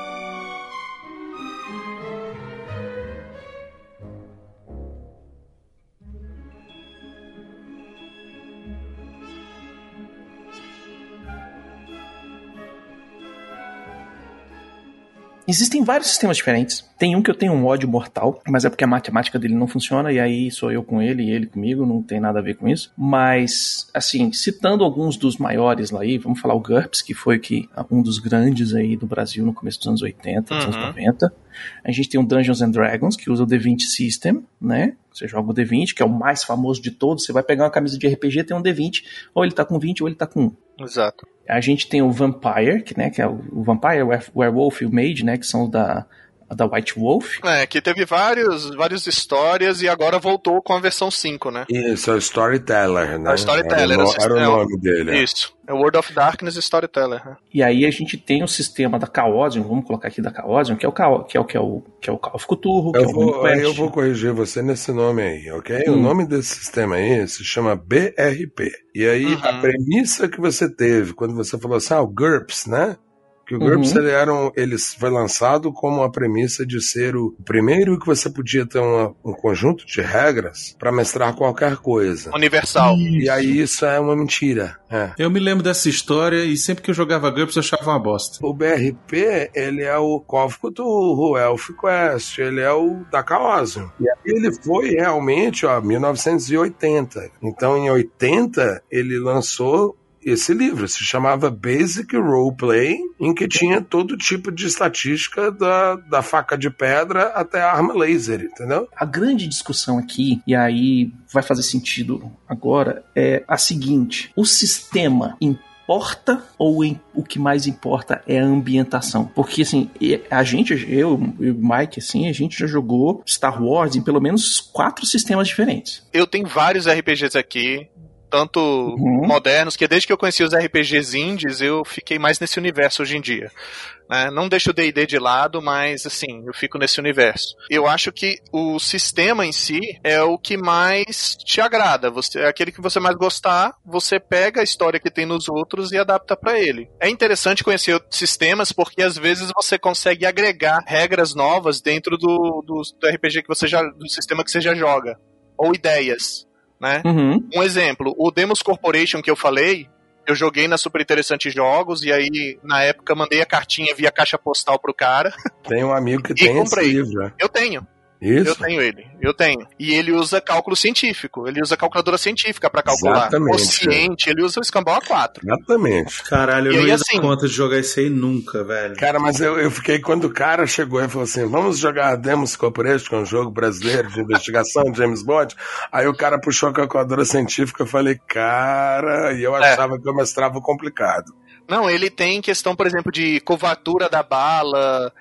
Existem vários sistemas diferentes. Tem um que eu tenho um ódio mortal, mas é porque a matemática dele não funciona, e aí sou eu com ele e ele comigo, não tem nada a ver com isso. Mas, assim, citando alguns dos maiores lá aí, vamos falar o GURPS, que foi que, um dos grandes aí do Brasil no começo dos anos oitenta, dos Uhum. anos noventa. A gente tem o Dungeons and Dragons, que usa o D vinte System, né? Você joga o D vinte, que é o mais famoso de todos. Você vai pegar uma camisa de R P G, tem um D vinte, ou ele tá com vinte, ou ele tá com um. Exato. A gente tem o Vampire, que, né, que é o, o Vampire, o Werewolf e o Mage, né, que são da, da White Wolf. É, que teve vários, várias histórias e agora voltou com a versão cinco, né? Isso, é o Storyteller, né? É o Storyteller, Era o, no- o era o sistema. nome dele. é. Isso. É o World of Darkness Storyteller. né? E aí a gente tem o sistema da Chaosium, vamos colocar aqui da Chaosium, que é o Chaos, que é o que é o que é o Call of Cthulhu, que Eu é o vou, RuneQuest. aí eu vou corrigir você nesse nome aí, ok? O Hum. nome desse sistema aí se chama B R P. E aí Uhum. a premissa que você teve quando você falou assim, ah, o GURPS, né? Que o Uhum. GURPS ele era um, ele foi lançado como a premissa de ser o primeiro que você podia ter uma, um conjunto de regras para mestrar qualquer coisa. Universal. E aí isso é uma mentira. É. Eu me lembro dessa história e sempre que eu jogava GURPS eu achava uma bosta. O B R P, ele é o Call of Cthulhu, o ElfQuest, ele é o da Chaosium. E aí ele foi realmente, ó, mil novecentos e oitenta. Então, em oitenta, ele lançou esse livro, se chamava Basic Roleplay, em que tinha todo tipo de estatística da, da faca de pedra até a arma laser, entendeu? A grande discussão aqui, e aí vai fazer sentido agora, é a seguinte: o sistema importa ou em- o que mais importa é a ambientação? Porque, assim, e- a gente, eu e o Mike, assim, a gente já jogou Star Wars em pelo menos quatro sistemas diferentes. Eu tenho vários R P Gs aqui, tanto Uhum. modernos, que desde que eu conheci os R P Gs indies, eu fiquei mais nesse universo hoje em dia. né? Não deixo o D e D de lado, mas assim, eu fico nesse universo. Eu acho que o sistema em si é o que mais te agrada. Você, é aquele que você mais gostar, você pega a história que tem nos outros e adapta pra ele. É interessante conhecer outros sistemas, porque às vezes você consegue agregar regras novas dentro do, do, do R P G que você já, do sistema que você já joga. Ou ideias. Né? Uhum. Um exemplo, o Demos Corporation que eu falei, eu joguei na Super Interessante Jogos, e aí, na época, mandei a cartinha via caixa postal pro cara. Tem um amigo que E tem comprei. esse livro. né? Eu tenho. Isso? Eu tenho ele, eu tenho. E ele usa cálculo científico, ele usa calculadora científica pra calcular. Exatamente. Quociente, ele usa o escambau A quatro. Exatamente. Caralho, eu E não aí, ia assim- dar conta de jogar isso aí nunca, velho. Cara, mas eu, eu fiquei quando o cara chegou e falou assim: vamos jogar Demos Corporation, que é um jogo brasileiro de investigação de James Bond. Aí o cara puxou a calculadora científica, eu falei, cara, e eu É. achava que eu mestrava complicado. Não, ele tem questão, por exemplo, de curvatura da bala,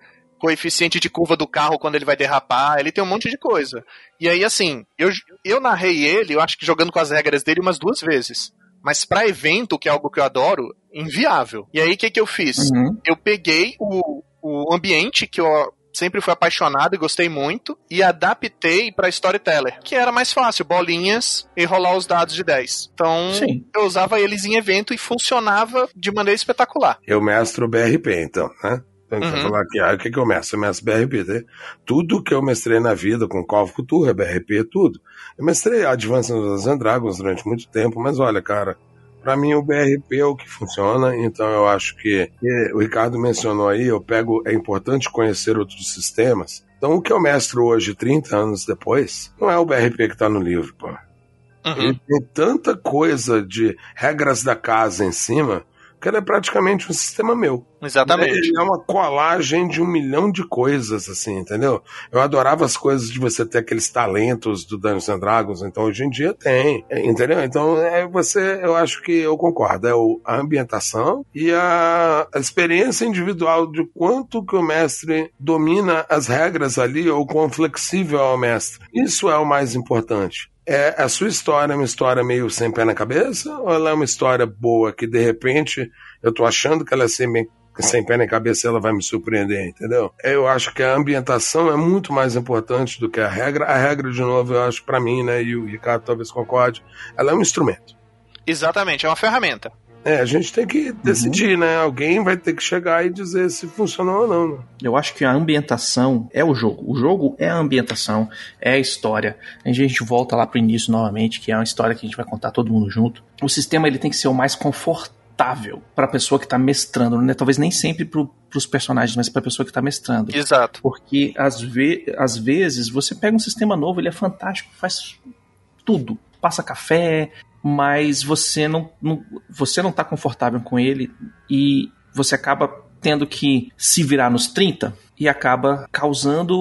coeficiente de curva do carro quando ele vai derrapar, ele tem um monte de coisa. E aí, assim, eu, eu narrei ele, eu acho que jogando com as regras dele umas duas vezes. Mas pra evento, que é algo que eu adoro, inviável. E aí, o que que eu fiz? Uhum. Eu peguei o, o ambiente que eu sempre fui apaixonado e gostei muito, e adaptei pra Storyteller, que era mais fácil, bolinhas e rolar os dados de dez. Então, Sim. eu usava eles em evento e funcionava de maneira espetacular. Eu mestro B R P, então, né? Então, uhum. falar aqui, ah, o que que eu mestro? Eu mestro B R P, né? Tudo que eu mestrei na vida com Call of Cthulhu, B R P, tudo. Eu mestrei Advanced Dungeons and Dragons durante muito tempo, mas olha, cara, pra mim o B R P é o que funciona, então eu acho que, que o Ricardo mencionou aí, eu pego, é importante conhecer outros sistemas. Então o que eu mestro hoje, trinta anos depois, não é o B R P que tá no livro, pô. Uhum. Ele tem tanta coisa de regras da casa em cima, que ele é praticamente um sistema meu. Exatamente. Ele é uma colagem de um milhão de coisas, assim, entendeu? Eu adorava as coisas de você ter aqueles talentos do Dungeons and Dragons, então hoje em dia tem, entendeu? Então, é você, eu acho que eu concordo, é o, a ambientação e a, a experiência individual de quanto que o mestre domina as regras ali, ou quão flexível é o mestre. Isso é o mais importante. É a sua história, é uma história meio sem pé na cabeça, ou ela é uma história boa que de repente eu tô achando que ela é sem, sem pé na cabeça e ela vai me surpreender, entendeu? Eu acho que a ambientação é muito mais importante do que a regra. A regra, de novo, eu acho pra mim, né, e o Ricardo talvez concorde, ela é um instrumento. Exatamente, é uma ferramenta. É, a gente tem que decidir, uhum. né? Alguém vai ter que chegar e dizer se funcionou ou não, né? Eu acho que a ambientação é o jogo. O jogo é a ambientação, é a história. A gente volta lá pro início novamente, que é uma história que a gente vai contar todo mundo junto. O sistema ele tem que ser o mais confortável para a pessoa que está mestrando, né? Talvez nem sempre para os personagens, mas para a pessoa que está mestrando. Exato. Porque às, ve- às vezes você pega um sistema novo, ele é fantástico, faz tudo. Passa café, mas você não, não, você não tá confortável com ele e você acaba tendo que se virar nos trinta e acaba causando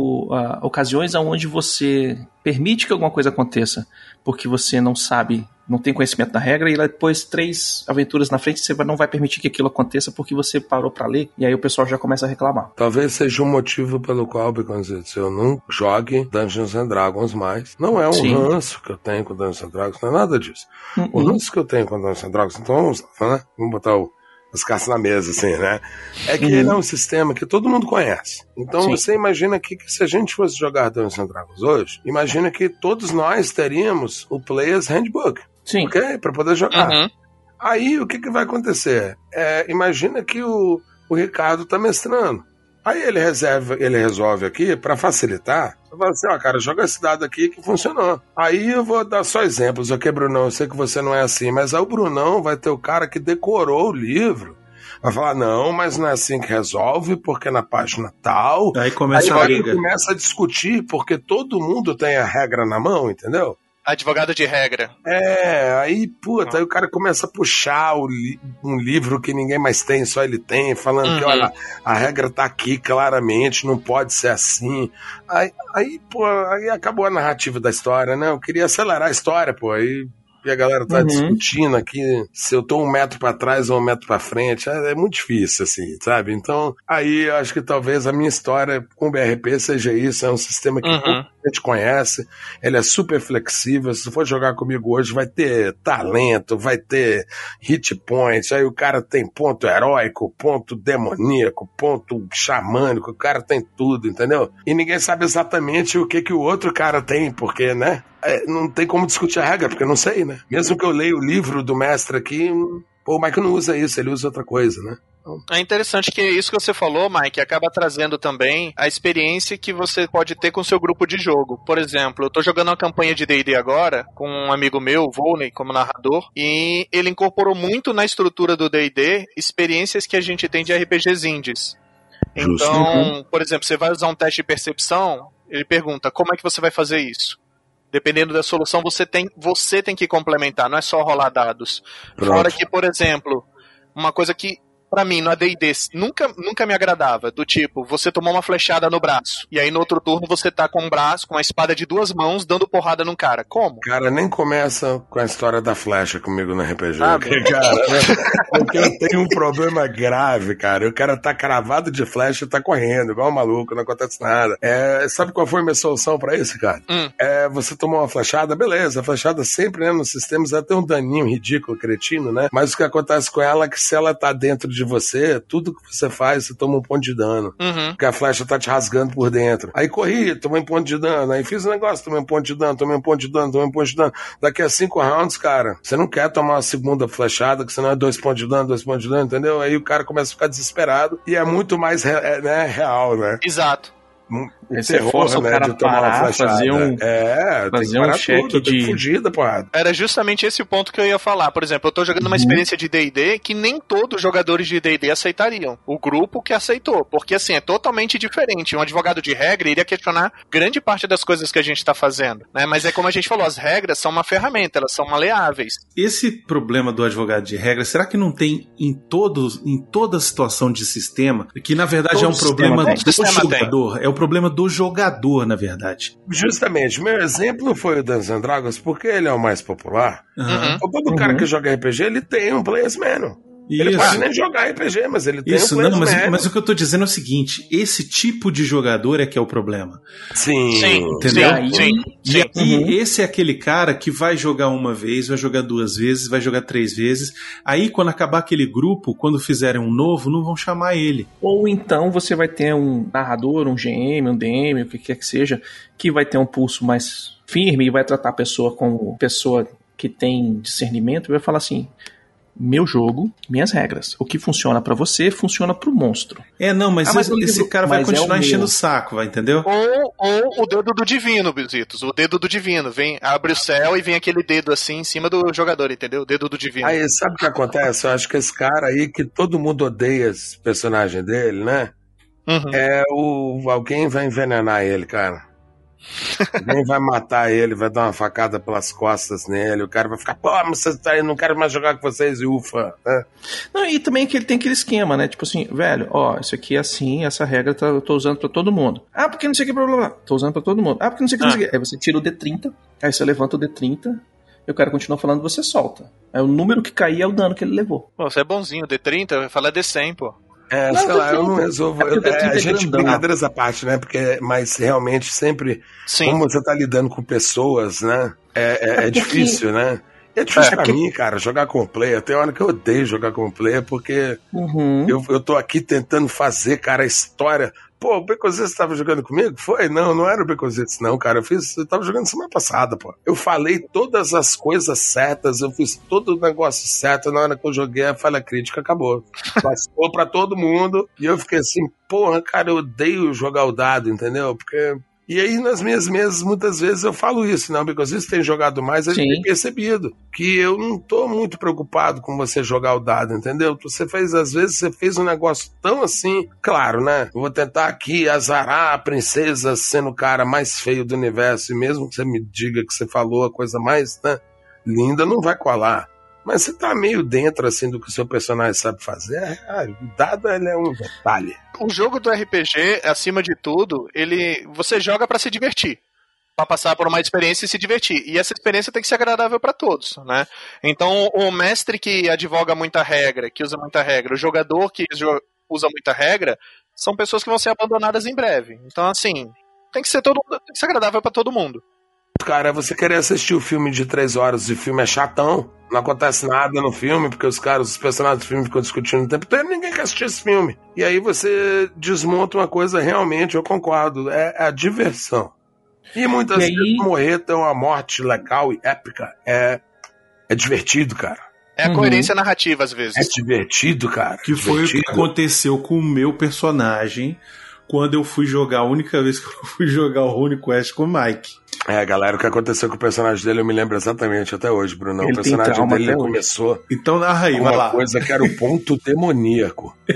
uh, ocasiões onde você permite que alguma coisa aconteça porque você não sabe, não tem conhecimento da regra, e depois três aventuras na frente você não vai permitir que aquilo aconteça porque você parou pra ler, e aí o pessoal já começa a reclamar. Talvez seja um motivo pelo qual, Beconzitos, eu não jogue Dungeons and Dragons mais. Não é um Sim. ranço que eu tenho com Dungeons and Dragons, não é nada disso. Uh-uh. O ranço que eu tenho com Dungeons and Dragons, então vamos, né? vamos botar o as cartas na mesa, assim, né? É que uhum. ele é um sistema que todo mundo conhece. Então Sim. você imagina que, que se a gente fosse jogar Dungeons and Dragons hoje, imagina que todos nós teríamos o Player's Handbook. Sim. Ok? Pra poder jogar. Uhum. Aí o que, que vai acontecer? É, imagina que o, o Ricardo tá mestrando. Aí ele, reserva, ele resolve aqui, pra facilitar, você fala assim, ó, cara, joga esse dado aqui que funcionou. Aí eu vou dar só exemplos, ok, Brunão, eu sei que você não é assim, mas aí o Brunão vai ter o cara que decorou o livro, vai falar, não, mas não é assim que resolve, porque na página tal... Aí começa aí a briga. Aí começa a discutir, porque todo mundo tem a regra na mão, entendeu? Advogado de regra. É, aí, puta, aí o cara começa a puxar o li- um livro que ninguém mais tem, só ele tem, falando uhum. que, olha, a regra tá aqui claramente, não pode ser assim. Aí, aí, pô, aí acabou a narrativa da história, né? Eu queria acelerar a história, pô, aí... E a galera tá uhum. discutindo aqui se eu tô um metro pra trás ou um metro pra frente. É, é muito difícil, assim, sabe? Então, aí eu acho que talvez a minha história com o B R P seja isso. É um sistema que uhum. pouca gente conhece. Ele é super flexível. Se for jogar comigo hoje, vai ter talento, vai ter hit points. Aí o cara tem ponto heróico, ponto demoníaco, ponto xamânico. O cara tem tudo, entendeu? E ninguém sabe exatamente o que, que o outro cara tem, porque, né? É, não tem como discutir a regra, porque eu não sei, né? Mesmo que eu leia o livro do mestre aqui, pô, o Mike não usa isso, ele usa outra coisa, né? Então... É interessante que isso que você falou, Mike, acaba trazendo também a experiência que você pode ter com o seu grupo de jogo. Por exemplo, eu tô jogando uma campanha de D e D agora, com um amigo meu, o Volney, como narrador, e ele incorporou muito na estrutura do D e D experiências que a gente tem de R P Gs indies. Então, por exemplo, você vai usar um teste de percepção, ele pergunta, como é que você vai fazer isso? Dependendo da solução, você tem, você tem que complementar, não é só rolar dados. Pronto. Fora que, por exemplo, uma coisa que pra mim, no A D e D, nunca, nunca me agradava. Do tipo, você tomou uma flechada no braço, e aí no outro turno você tá com um braço, com a espada de duas mãos, dando porrada num cara. Como? Cara, nem começa com a história da flecha comigo no R P G. Ah, porque, cara, porque eu tenho um problema grave, cara. O cara tá cravado de flecha e tá correndo, igual um maluco, não acontece nada. É, sabe qual foi a minha solução pra isso, cara? Hum. É, você tomou uma flechada, beleza, a flechada sempre, né, nos sistemas, ela tem um daninho ridículo, cretino, né? Mas o que acontece com ela é que se ela tá dentro de você, tudo que você faz, você toma um ponto de dano. Uhum. Porque a flecha tá te rasgando por dentro. Aí corri, tomei um ponto de dano. Aí fiz um negócio, tomei um ponto de dano, tomei um ponto de dano, tomei um ponto de dano. Daqui a cinco rounds, cara, você não quer tomar uma segunda flechada, que senão é dois pontos de dano, dois pontos de dano, entendeu? Aí o cara começa a ficar desesperado e é muito mais re- né, real, né? Exato. Aí você força o cara a parar, fazer um, é, fazer um cheque de... fugida, porra. Era justamente esse o ponto que eu ia falar. Por exemplo, eu tô jogando uma experiência de D e D que nem todos os jogadores de D e D aceitariam. O grupo que aceitou. Porque, assim, é totalmente diferente. Um advogado de regra iria questionar grande parte das coisas que a gente tá fazendo, né? Mas é como a gente falou, as regras são uma ferramenta, elas são maleáveis. Esse problema do advogado de regra, será que não tem em, todos, em toda situação de sistema? Que, na verdade, Todo é um problema tem. do jogador. Tem. É o problema do jogador, na verdade. Justamente, meu exemplo foi o Dungeons and Dragons, porque ele é o mais popular. Uhum. Todo uhum. cara que joga R P G, ele tem um player's manual. Ele Isso. pode nem jogar R P G, mas ele tem Isso, um não, mas, manual. mas o que eu tô dizendo é o seguinte, esse tipo de jogador é que é o problema. Sim. Sim, entendeu? sim, sim, E sim. aí, Uhum. esse é aquele cara que vai jogar uma vez, vai jogar duas vezes, vai jogar três vezes. Aí, quando acabar aquele grupo, quando fizerem um novo, não vão chamar ele. Ou então você vai ter um narrador, um G M, um D M, o que quer que seja, que vai ter um pulso mais firme e vai tratar a pessoa como pessoa que tem discernimento e vai falar assim: meu jogo, minhas regras. O que funciona pra você, funciona pro monstro. É, não, mas, Ah, mas esse, eu- esse cara vai mas é continuar o enchendo meu. o saco, vai, entendeu? Ou, ou o dedo do divino, Bizitos. O dedo do divino. Vem, abre o céu e vem aquele dedo assim em cima do jogador, entendeu? O dedo do divino. Aí, sabe o que acontece? Eu acho que esse cara aí, que todo mundo odeia esse personagem dele, né? Uhum. É o... Alguém vai envenenar ele, cara. Alguém vai matar ele, vai dar uma facada pelas costas nele, o cara vai ficar, pô, mas você tá aí, não quero mais jogar com vocês, e ufa, né? Não, e também que ele tem aquele esquema, né? Tipo assim, velho, ó, isso aqui é assim, essa regra tá, eu tô usando pra todo mundo. Ah, porque não sei o que, blá blá blá. Tô usando pra todo mundo. Ah, porque não sei o que, não sei o que. Aí você tira o D trinta, aí você levanta o D trinta, e o cara continua falando, você solta. Aí o número que cair é o dano que ele levou. Pô, você é bonzinho. D trinta, vai falar D cem, pô. É, Não, sei lá, eu não D trinta. resolvo. É porque o D É, trinta a é gente, grandão. brincadeiras à parte, né? Porque, mas realmente sempre, Sim. como você tá lidando com pessoas, né? É, é, é porque- difícil, né? É difícil É, pra porque- mim, cara, jogar com player. Tem hora que eu odeio jogar com player, porque Uhum. eu, eu tô aqui tentando fazer, cara, a história. Pô, o Beconzitos tava jogando comigo? Foi? Não, não era o Beconzitos, não, cara. Eu fiz, eu tava jogando semana passada, pô. Eu falei todas as coisas certas, eu fiz todo o negócio certo. Na hora que eu joguei, a falha crítica acabou. Passou pra todo mundo. E eu fiquei assim, porra, cara, eu odeio jogar o dado, entendeu? Porque. E aí, nas minhas mesas, muitas vezes eu falo isso, não, porque vocês têm jogado mais, a gente Sim. tem percebido que eu não tô muito preocupado com você jogar o dado, entendeu? Você fez, às vezes, você fez um negócio tão assim, claro, né? Eu vou tentar aqui azarar a princesa sendo o cara mais feio do universo, e mesmo que você me diga que você falou a coisa mais, né, linda, não vai colar. Mas você tá meio dentro, assim, do que o seu personagem sabe fazer. Ah, o dado, ele é um detalhe. O jogo do R P G, acima de tudo, ele você joga pra se divertir, pra passar por uma experiência e se divertir. E essa experiência tem que ser agradável pra todos, né? Então, o mestre que advoga muita regra, que usa muita regra, o jogador que jo- usa muita regra, são pessoas que vão ser abandonadas em breve. Então, assim, tem que ser todo, tem que ser agradável pra todo mundo. Cara, você querer assistir o filme de três horas e o filme é chatão, não acontece nada no filme, porque os caras, os personagens do filme ficam discutindo o tempo todo, ninguém quer assistir esse filme. E aí você desmonta uma coisa, realmente, eu concordo, é a diversão. E muitas E aí- vezes morrer ter uma morte legal e épica é, é divertido, cara. É a Uhum. coerência narrativa, às É vezes. divertido, cara. Que foi o que Divertido. aconteceu com o meu personagem quando eu fui jogar, a única vez que eu fui jogar o Rune Quest com o Mike. É, galera, o que aconteceu com o personagem dele eu me lembro exatamente até hoje, Bruno. Ele O tem personagem trauma dele até hoje. começou Então narra aí, com vai uma lá. coisa que era o ponto demoníaco.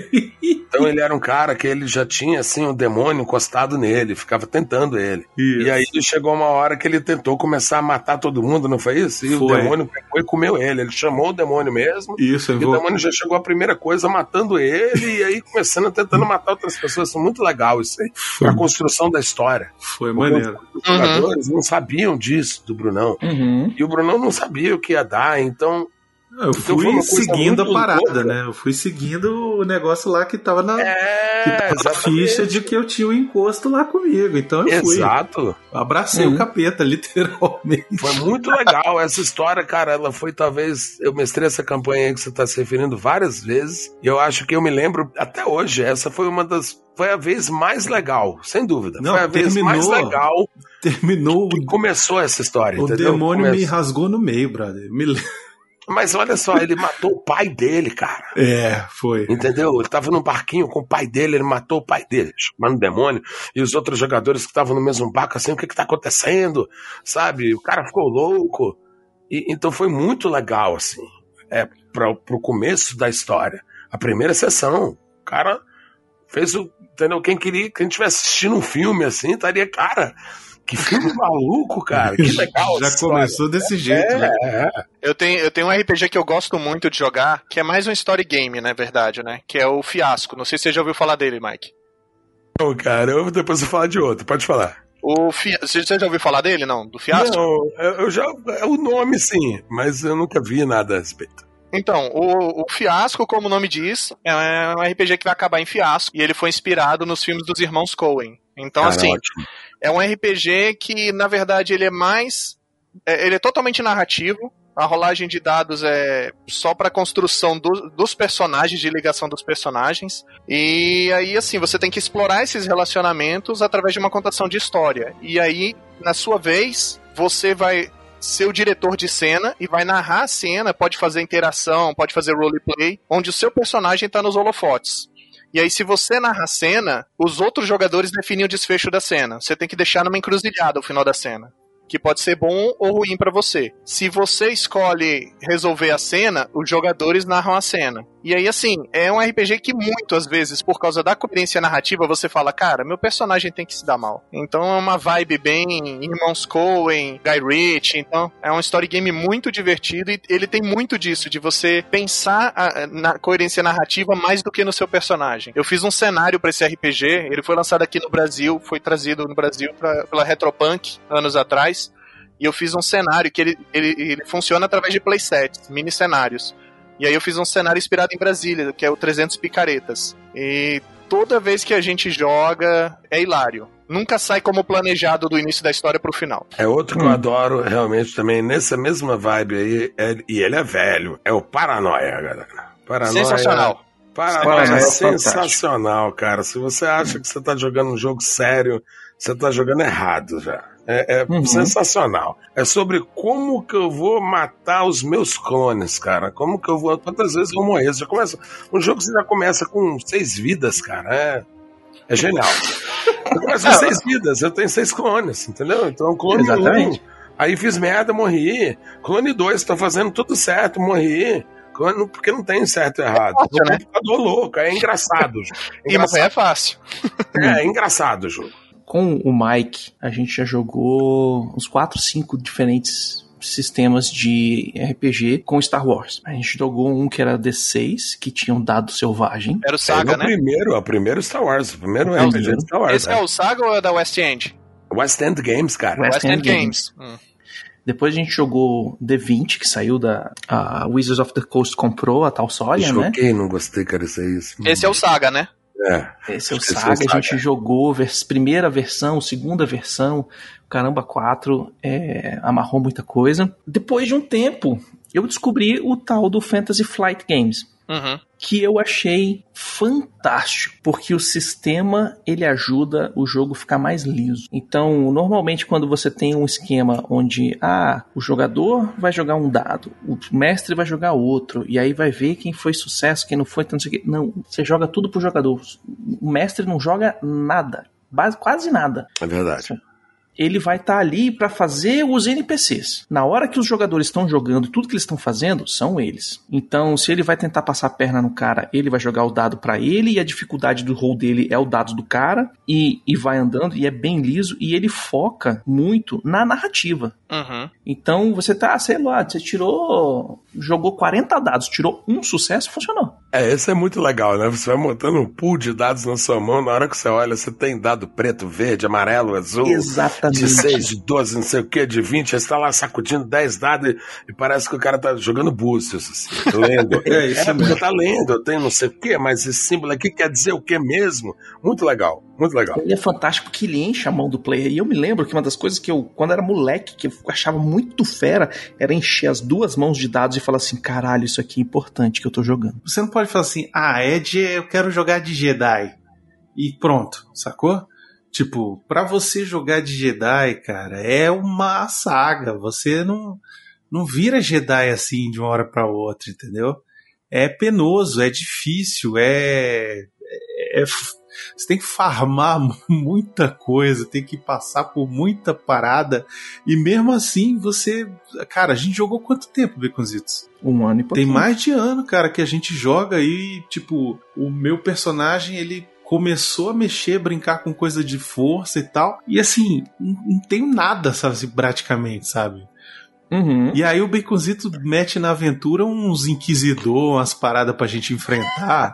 Então ele era um cara que ele já tinha, assim, um demônio encostado nele, ficava tentando ele. Isso. E aí chegou uma hora que ele tentou começar a matar todo mundo, não foi isso? E foi. O demônio pegou e comeu ele. Ele chamou o demônio mesmo. Isso, e vou... o demônio já chegou a primeira coisa matando ele, e aí começando a tentando matar outras pessoas. Isso é muito legal isso aí. Foi. A construção da história. Foi maneiro. Os jogadores uhum. não sabiam disso do Brunão. Uhum. E o Brunão não sabia o que ia dar, então... Eu fui então seguindo a parada, louca. né? Eu fui seguindo o negócio lá que tava na, é, que tava na ficha de que eu tinha um encosto lá comigo. Então eu fui. Exato. Abracei uhum. o capeta, literalmente. Foi muito legal essa história, cara. Ela foi talvez... Eu mestrei essa campanha aí que você tá se referindo várias vezes. E eu acho que eu me lembro até hoje. Essa foi uma das... Foi a vez mais legal, sem dúvida. Não, foi a terminou, vez mais legal. Terminou. Que começou essa história. O entendeu? demônio Come... me rasgou no meio, brother. Me lembro. Mas olha só, ele matou o pai dele, cara. É, foi. Entendeu? Ele tava num barquinho com o pai dele, ele matou o pai dele, chamando o demônio. E os outros jogadores que estavam no mesmo barco, assim, o que que tá acontecendo? Sabe? O cara ficou louco. E, então foi muito legal, assim, é, pra, pro começo da história. A primeira sessão, o cara fez o... Entendeu? Quem queria, quem estivesse assistindo um filme, assim, estaria, cara... Que filme maluco, cara. Que legal. Já começou desse jeito, é, né? É. Eu tenho, eu tenho um R P G que eu gosto muito de jogar, que é mais um story game, na verdade, né? Que é o Fiasco. Não sei se você já ouviu falar dele, Mike. Não, cara, eu depois vou falar de outro. Pode falar. O Fi... Você já ouviu falar dele, não? Do Fiasco? Não, eu já... É o nome, sim, mas eu nunca vi nada a respeito. Então, o, o Fiasco, como o nome diz, é um R P G que vai acabar em fiasco, e ele foi inspirado nos filmes dos irmãos Coen. Então, cara, assim, ótimo. É um R P G que, na verdade, ele é mais... É, ele é totalmente narrativo. A rolagem de dados é só para construção do, dos personagens, de ligação dos personagens. E aí, assim, você tem que explorar esses relacionamentos através de uma contação de história. E aí, na sua vez, você vai ser o diretor de cena e vai narrar a cena, pode fazer interação, pode fazer roleplay, onde o seu personagem está nos holofotes. E aí, se você narra a cena, os outros jogadores definem o desfecho da cena. Você tem que deixar numa encruzilhada o final da cena, que pode ser bom ou ruim pra você. Se você escolhe resolver a cena, os jogadores narram a cena. E aí, assim, é um R P G que muitas vezes, por causa da coerência narrativa, você fala, cara, meu personagem tem que se dar mal. Então é uma vibe bem Irmãos Coen, Guy Ritchie, então é um story game muito divertido e ele tem muito disso, de você pensar a, na coerência narrativa mais do que no seu personagem. Eu fiz um cenário pra esse R P G, ele foi lançado aqui no Brasil, foi trazido no Brasil pra, pela Retropunk, anos atrás, e eu fiz um cenário que ele, ele, ele funciona através de playsets, mini cenários. E aí eu fiz um cenário inspirado em Brasília, que é o trezentos Picaretas. E toda vez que a gente joga, é hilário. Nunca sai como planejado do início da história pro final. É outro que hum. eu adoro realmente também, nessa mesma vibe aí, é, e ele é velho, é o Paranoia, galera. Paranoia, sensacional. Paranoia é, é sensacional, cara. Se você acha que você tá jogando um jogo sério, você tá jogando errado já. É, é uhum. sensacional. É sobre como que eu vou matar os meus clones, cara. Como que eu vou... Quantas vezes eu vou morrer? Você já começa... Um jogo que você já começa com seis vidas, cara. É, é genial. Eu começo com seis vidas, eu tenho seis clones, entendeu? Então, clone Exatamente. um, aí fiz merda, morri. Clone dois, tô fazendo tudo certo, morri. Clone, porque não tem certo e errado. É fácil, né? Computador louco, é engraçado. É engraçado. E morrer é fácil. É, é engraçado o jogo. Com o Mike, a gente já jogou uns quatro, cinco diferentes sistemas de R P G com Star Wars. A gente jogou um que era D seis, que tinha um dado selvagem. Era o Saga, é, né? Primeiro, o primeiro Star Wars. O primeiro é, R P G de Star Wars. Esse é. é o Saga ou é da West End? West End Games, cara. West, West End, End Games. Games. Hum. Depois a gente jogou D vinte, que saiu da... A Wizards of the Coast comprou a Talsorian, né? Joguei, não gostei, cara, isso é isso. Esse é o Saga, né? É, esse é o Saga, é o Saga, a gente jogou vers- primeira versão, segunda versão, caramba, quatro, é, amarrou muita coisa. Depois de um tempo, eu descobri o tal do Fantasy Flight Games, uhum. que eu achei fantástico, porque o sistema, ele ajuda o jogo a ficar mais liso. Então, normalmente quando você tem um esquema onde, ah, o jogador vai jogar um dado, o mestre vai jogar outro, e aí vai ver quem foi sucesso, quem não foi, então não sei o quê. Não, você joga tudo pro jogador. O mestre não joga nada, base, quase nada. É verdade. ele vai estar tá ali para fazer os N P Cs. Na hora que os jogadores estão jogando, tudo que eles estão fazendo são eles. Então, se ele vai tentar passar a perna no cara, ele vai jogar o dado para ele e a dificuldade do roll dele é o dado do cara e, e vai andando e é bem liso e ele foca muito na narrativa. Uhum. Então, você tá, sei lá, você tirou, jogou quarenta dados, tirou um sucesso, funcionou. É, esse é muito legal, né? Você vai montando um pool de dados na sua mão, na hora que você olha, você tem dado preto, verde, amarelo, azul. Exatamente. De seis, de doze, não sei o que, de vinte, aí você tá lá sacudindo dez dados e, e parece que o cara tá jogando búzios, assim, lendo. É isso é, mesmo. porque tá lendo, tem não sei o que, mas esse símbolo aqui quer dizer o que mesmo? Muito legal, muito legal. Ele é fantástico porque ele enche a mão do player. E eu me lembro que uma das coisas que eu, quando era moleque, que eu achava muito fera, era encher as duas mãos de dados e falar assim, caralho, isso aqui é importante que eu tô jogando. Você não pode falar assim, ah, é de, eu quero jogar de Jedi. E pronto, sacou? Tipo, pra você jogar de Jedi, cara, é uma saga. Você não, não vira Jedi assim de uma hora pra outra, entendeu? É penoso, é difícil, é... é, é você tem que farmar muita coisa, tem que passar por muita parada. E mesmo assim, você... Cara, a gente jogou quanto tempo, Baconzitos? Um ano e pouquinho. Tem mais de ano, cara, que a gente joga e, tipo, o meu personagem, ele começou a mexer, brincar com coisa de força e tal. E assim, não, não tenho nada, sabe, praticamente, sabe? Uhum. E aí o Baconzito mete na aventura uns inquisidor, umas paradas pra gente enfrentar.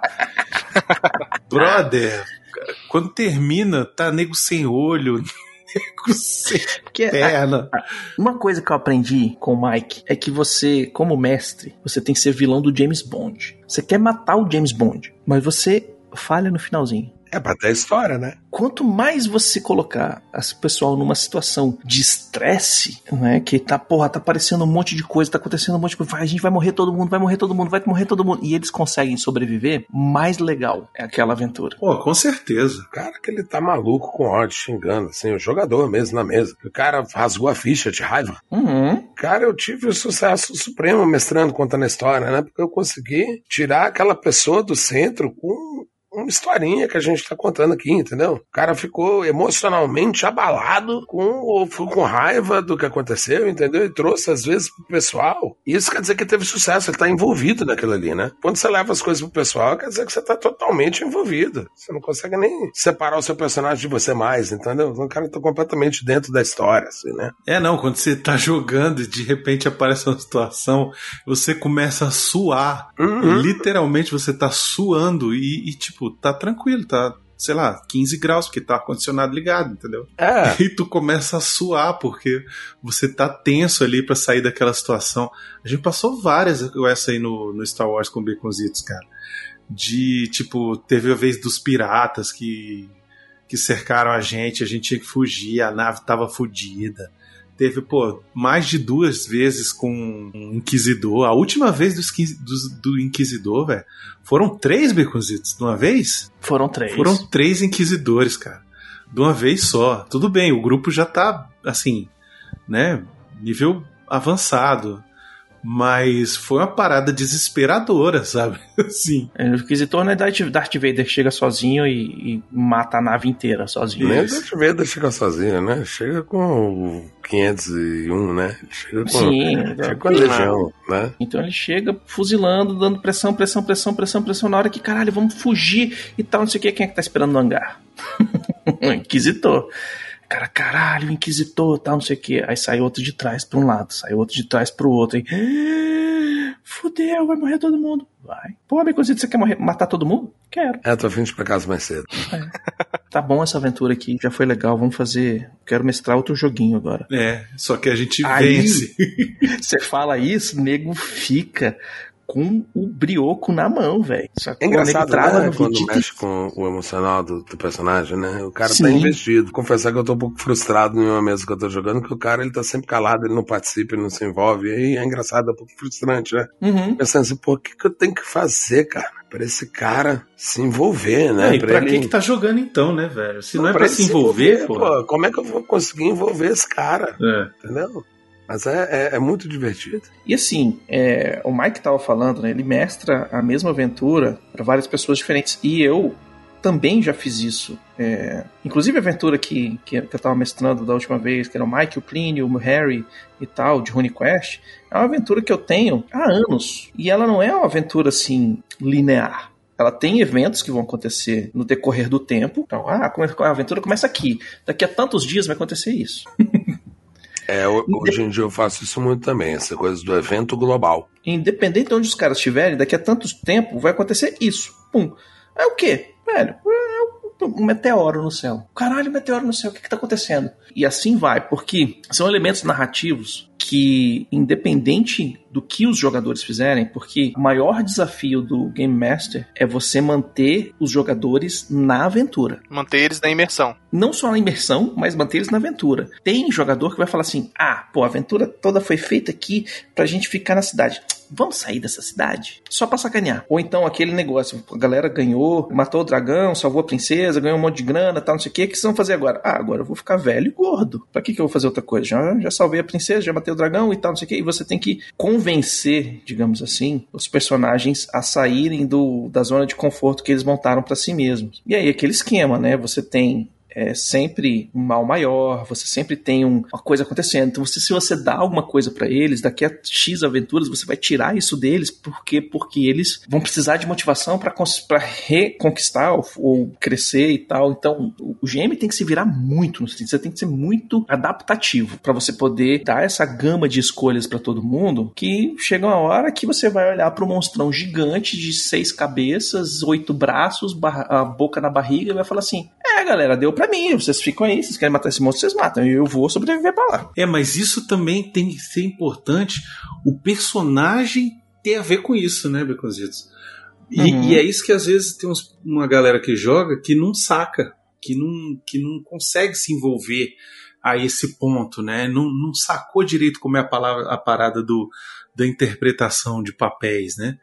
Brother, quando termina, tá nego sem olho, nego sem Porque perna. A, a, uma coisa que eu aprendi com o Mike é que você, como mestre, você tem que ser vilão do James Bond. Você quer matar o James Bond, mas você falha no finalzinho. É pra ter história, né? Quanto mais você colocar esse pessoal numa situação de estresse, né, que tá, porra, tá aparecendo um monte de coisa, tá acontecendo um monte de coisa, vai, a gente vai morrer todo mundo, vai morrer todo mundo, vai morrer todo mundo, e eles conseguem sobreviver, mais legal é aquela aventura. Pô, com certeza. O cara que ele tá maluco com ódio, xingando, assim, o jogador mesmo na mesa. O cara rasgou a ficha de raiva. Uhum. Cara, eu tive o sucesso supremo mestrando, contando a história, né? Porque eu consegui tirar aquela pessoa do centro com uma historinha que a gente tá contando aqui, entendeu? O cara ficou emocionalmente abalado, com, com raiva do que aconteceu, entendeu? E trouxe, às vezes, pro pessoal. Isso quer dizer que teve sucesso, ele tá envolvido naquilo ali, né? Quando você leva as coisas pro pessoal, quer dizer que você tá totalmente envolvido. Você não consegue nem separar o seu personagem de você mais, entendeu? O cara tá completamente dentro da história, assim, né? É, não, quando você tá jogando e de repente aparece uma situação, você começa a suar. Uhum. Literalmente você tá suando e, e tipo, tá tranquilo, tá, sei lá, quinze graus, porque tá ar-condicionado ligado, entendeu? É. E tu começa a suar, porque você tá tenso ali pra sair daquela situação. A gente passou várias, essa aí no, no Star Wars com Baconzitos, cara. De, tipo, teve a vez dos piratas que, que cercaram a gente, a gente tinha que fugir, a nave tava fodida. Teve, pô, mais de duas vezes com um Inquisidor. A última vez dos, dos, do Inquisidor, velho, foram três Baconzitos de uma vez? Foram três. Foram três Inquisidores, cara. De uma vez só. Tudo bem, o grupo já tá, assim, né, nível avançado. Mas foi uma parada desesperadora, sabe? Assim. O Inquisitor não é Darth Vader que chega sozinho e, e mata a nave inteira sozinho. Nem o Darth Vader chega sozinho, né? Chega com o quinhentos e um, né? Chega com, Sim, chega com a Legião, né? Então ele chega fuzilando, dando pressão, pressão, pressão, pressão, pressão. Na hora que, caralho, vamos fugir e tal, não sei o que. Quem é que tá esperando no hangar? O Inquisitor. Cara, caralho, o Inquisitor, tal, não sei o que. Aí sai outro de trás pra um lado, sai outro de trás pro outro. Aí, fudeu, vai morrer todo mundo. Vai. Pô, Baconzito, você quer morrer, matar todo mundo? Quero. É, tô a fim de ir pra casa mais cedo. É. Tá bom essa aventura aqui, já foi legal, vamos fazer... Quero mestrar outro joguinho agora. É, só que a gente Aí, vence. Você fala isso, nego fica... com o brioco na mão, velho. É engraçado, né, quando vídeo... mexe com o emocional do, do personagem, né? O cara Sim. tá investido. Confessar que eu tô um pouco frustrado em uma mesa que eu tô jogando, que o cara, ele tá sempre calado, ele não participa, ele não se envolve. E aí é engraçado, é um pouco frustrante, né? Uhum. Pensando assim, pô, o que que eu tenho que fazer, cara? Pra esse cara se envolver, né? É, e pra, pra ele... quem que tá jogando então, né, velho? Se não, não é pra, pra se envolver, envolver pô... pô... Como é que eu vou conseguir envolver esse cara? É. Entendeu? Mas é, é, é muito divertido. E assim, é, o Mike tava falando, né? Ele mestra a mesma aventura para várias pessoas diferentes. E eu também já fiz isso. É, inclusive a aventura que, que, que eu tava mestrando da última vez, que era o Mike, o Plínio, o Harry e tal, de RuneQuest, é uma aventura que eu tenho há anos. E ela não é uma aventura, assim, linear. Ela tem eventos que vão acontecer no decorrer do tempo. Então, ah, a aventura começa aqui. Daqui a tantos dias vai acontecer isso. É, hoje em dia eu faço isso muito também, essa coisa do evento global. Independente de onde os caras estiverem, daqui a tanto tempo vai acontecer isso. Pum. É o quê? Velho, é um meteoro no céu. Caralho, meteoro no céu, o que que tá acontecendo? E assim vai, porque são elementos narrativos que, independente do que os jogadores fizerem, porque o maior desafio do Game Master é você manter os jogadores na aventura. Manter eles na imersão. Não só na imersão, mas manter eles na aventura. Tem jogador que vai falar assim, ah, pô, a aventura toda foi feita aqui pra gente ficar na cidade. Vamos sair dessa cidade? Só pra sacanear. Ou então aquele negócio, a galera ganhou, matou o dragão, salvou a princesa, ganhou um monte de grana, tal, não sei o que, o que vocês vão fazer agora? Ah, agora eu vou ficar velho e gordo. Pra que que eu vou fazer outra coisa? Já, já salvei a princesa, já matei o dragão e tal, não sei o que, e você tem que convencer, digamos assim, os personagens a saírem do, da zona de conforto que eles montaram pra si mesmos. E aí aquele esquema, né? Você tem é sempre um mal maior, você sempre tem um, uma coisa acontecendo. Então, você, se você dá alguma coisa pra eles, daqui a X aventuras, você vai tirar isso deles, porque, porque eles vão precisar de motivação pra, pra reconquistar ou, ou crescer e tal. Então, o G M tem que se virar muito, você tem que ser muito adaptativo pra você poder dar essa gama de escolhas pra todo mundo, que chega uma hora que você vai olhar pro monstrão gigante de seis cabeças, oito braços, a boca na barriga e vai falar assim, é galera, deu pra mim, vocês ficam aí, vocês querem matar esse monstro, vocês matam, e eu vou sobreviver pra lá. É, mas isso também tem que ser importante, o personagem ter a ver com isso, né, Beconzitos? E, uhum. e é isso que às vezes tem uns, uma galera que joga que não saca, que não, que não consegue se envolver a esse ponto, né, não, não sacou direito como é a, palavra, a parada do, da interpretação de papéis, né.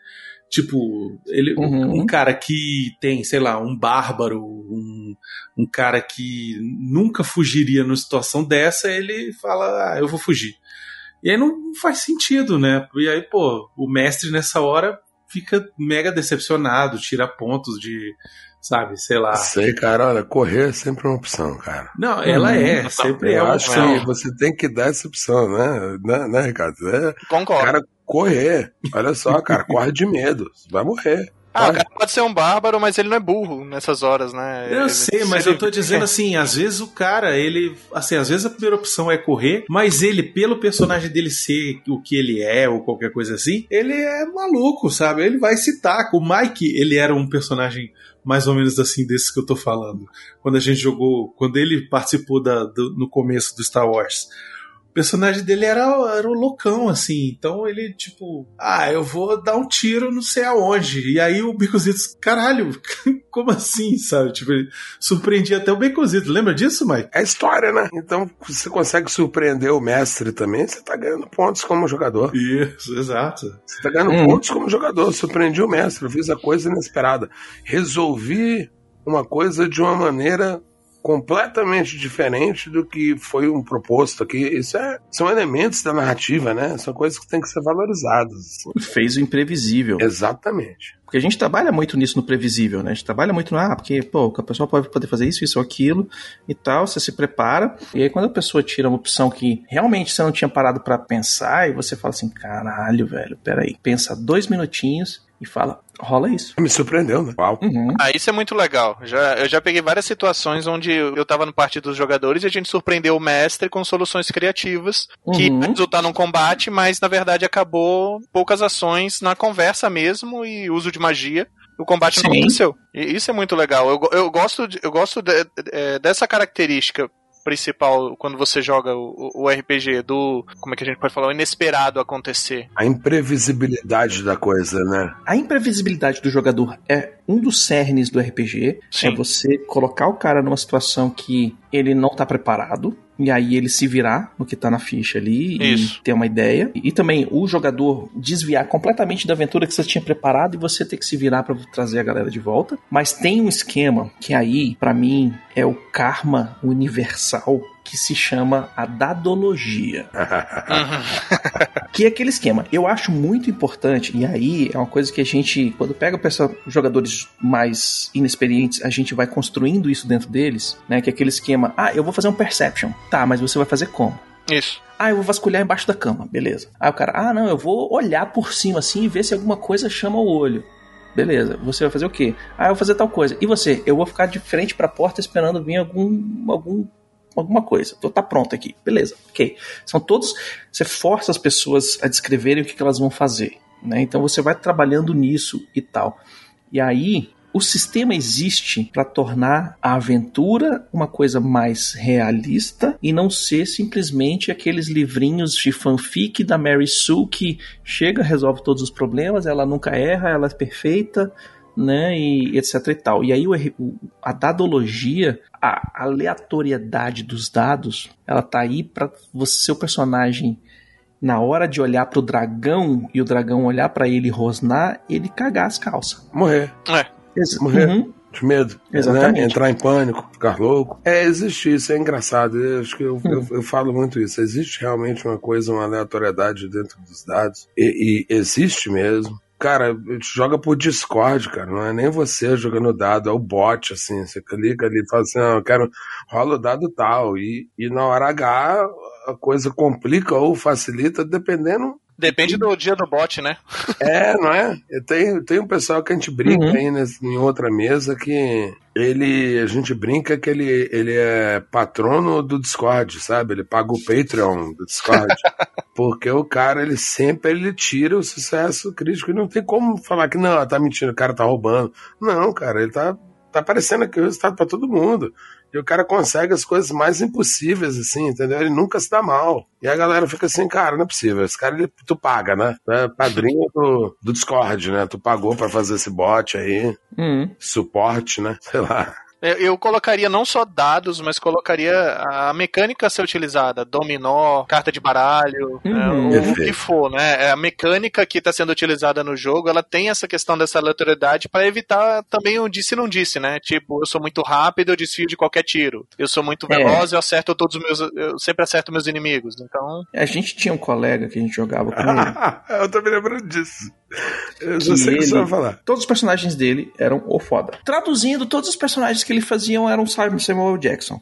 Tipo, ele, uhum. um cara que tem, sei lá, um bárbaro, um, um cara que nunca fugiria numa situação dessa, ele fala, ah, eu vou fugir. E aí não faz sentido, né? E aí, pô, o mestre nessa hora fica mega decepcionado, tira pontos de, sabe, sei lá. Sei, cara, olha, correr é sempre uma opção, cara. Não, ela é, não, sempre eu é uma acho opção. Que você tem que dar essa opção, né, né, né Ricardo? É, Concordo. Cara, correr, olha só, cara, corre de medo, você vai morrer. Ah, corre. O cara pode ser um bárbaro, mas ele não é burro nessas horas, né? Eu ele, sei, mas ele... eu tô dizendo assim, às vezes o cara, ele, assim, às vezes a primeira opção é correr, mas ele, pelo personagem dele ser o que ele é, ou qualquer coisa assim, ele é maluco, sabe? Ele vai citar. O Mike, ele era um personagem mais ou menos assim, desses que eu tô falando. Quando a gente jogou, quando ele participou da, do, no começo do Star Wars, o personagem dele era, era o loucão, assim. Então ele, tipo, ah, eu vou dar um tiro não sei aonde. E aí o Beconzitos, caralho, como assim, sabe? Tipo, ele surpreendia até o Beconzitos. Lembra disso, Mike? É história, né? Então, se você consegue surpreender o mestre também, você tá ganhando pontos como jogador. Isso, exato. Você tá ganhando hum. pontos como jogador. Surpreendi o mestre, eu fiz a coisa inesperada. Resolvi uma coisa de uma maneira completamente diferente do que foi um proposto aqui. Isso é, são elementos da narrativa, né? São coisas que têm que ser valorizadas. Fez o imprevisível. Exatamente. Porque a gente trabalha muito nisso no previsível, né? A gente trabalha muito no, ah, porque, pô, a pessoa pode poder fazer isso, isso ou aquilo e tal, você se prepara, e aí quando a pessoa tira uma opção que realmente você não tinha parado pra pensar, e você fala assim, caralho, velho, peraí, pensa dois minutinhos e fala, rola isso. Me surpreendeu, né? Uau. Uhum. Ah, isso é muito legal. Já, eu já peguei várias situações onde eu tava no partido dos jogadores e a gente surpreendeu o mestre com soluções criativas uhum. que resultaram num combate, mas na verdade acabou poucas ações na conversa mesmo e uso de magia. O combate Sim. não aconteceu. E isso é muito legal. Eu, eu gosto, de, eu gosto de, de, dessa característica principal quando você joga o, o R P G do, como é que a gente pode falar, o inesperado acontecer. A imprevisibilidade da coisa, né? A imprevisibilidade do jogador é um dos cernes do R P G. Sim. É você colocar o cara numa situação que ele não tá preparado, e aí ele se virar no que tá na ficha ali Isso. e ter uma ideia. E também o jogador desviar completamente da aventura que você tinha preparado e você ter que se virar pra trazer a galera de volta. Mas tem um esquema que aí, pra mim, é o karma universal, que se chama a dadologia. Que é aquele esquema. Eu acho muito importante, e aí é uma coisa que a gente, quando pega pessoa, jogadores mais inexperientes, a gente vai construindo isso dentro deles, né? Que é aquele esquema, ah, eu vou fazer um perception. Tá, mas você vai fazer como? Isso. Ah, eu vou vasculhar embaixo da cama, beleza. Aí o cara, ah, não, eu vou olhar por cima assim e ver se alguma coisa chama o olho. Beleza, você vai fazer o quê? Ah, eu vou fazer tal coisa. E você? Eu vou ficar de frente pra porta esperando vir algum, algum, alguma coisa. Vou estar pronto aqui. Beleza, ok. São todos... Você força as pessoas a descreverem o que elas vão fazer, né? Então você vai trabalhando nisso e tal. E aí... O sistema existe para tornar a aventura uma coisa mais realista e não ser simplesmente aqueles livrinhos de fanfic da Mary Sue que chega, resolve todos os problemas, ela nunca erra, ela é perfeita, né, e etc e tal. E aí o, a dadologia, a aleatoriedade dos dados, ela tá aí para você, seu personagem, na hora de olhar pro dragão e o dragão olhar para ele e rosnar, ele cagar as calças. Morrer. É. Morrer Uhum. de medo, né? Entrar em pânico, ficar louco. É, existe isso, é engraçado. Eu acho que eu, uhum. eu, eu falo muito isso. Existe realmente uma coisa, uma aleatoriedade dentro dos dados. E, e existe mesmo. Cara, joga por Discord, cara. Não é nem você jogando dado, é o bot, assim. Você clica ali e fala assim, ah, eu quero... Rola o dado tal. E, e na hora H, a coisa complica ou facilita, dependendo... Depende do dia do bot, né? É, não é? Tem, tem um pessoal que a gente brinca uhum. aí nesse, em outra mesa que ele, a gente brinca que ele, ele é patrono do Discord, sabe? Ele paga o Patreon do Discord. Porque o cara, ele sempre ele tira o sucesso crítico e não tem como falar que não, tá mentindo, o cara tá roubando. Não, cara, ele tá, tá aparecendo aqui o resultado pra todo mundo. E o cara consegue as coisas mais impossíveis, assim, entendeu? Ele nunca se dá mal. E a galera fica assim, cara, não é possível. Esse cara, ele, tu paga, né? É padrinho do, do Discord, né? Tu pagou pra fazer esse bot aí. Uhum. Suporte, né? Sei lá. Eu colocaria não só dados, mas colocaria a mecânica a ser utilizada, dominó, carta de baralho, uhum. é, o, o que for, né? A mecânica que está sendo utilizada no jogo, ela tem essa questão dessa aleatoriedade para evitar também o disse e não disse, né? Tipo, eu sou muito rápido, eu desfio de qualquer tiro. Eu sou muito veloz, é. eu acerto todos os meus, eu sempre acerto meus inimigos. Então, a gente tinha um colega que a gente jogava com ele. Eu tô me lembrando disso. Eu já sei o que você vai falar. Todos os personagens dele eram o foda. Traduzindo, todos os personagens que ele faziam eram Samuel Jackson.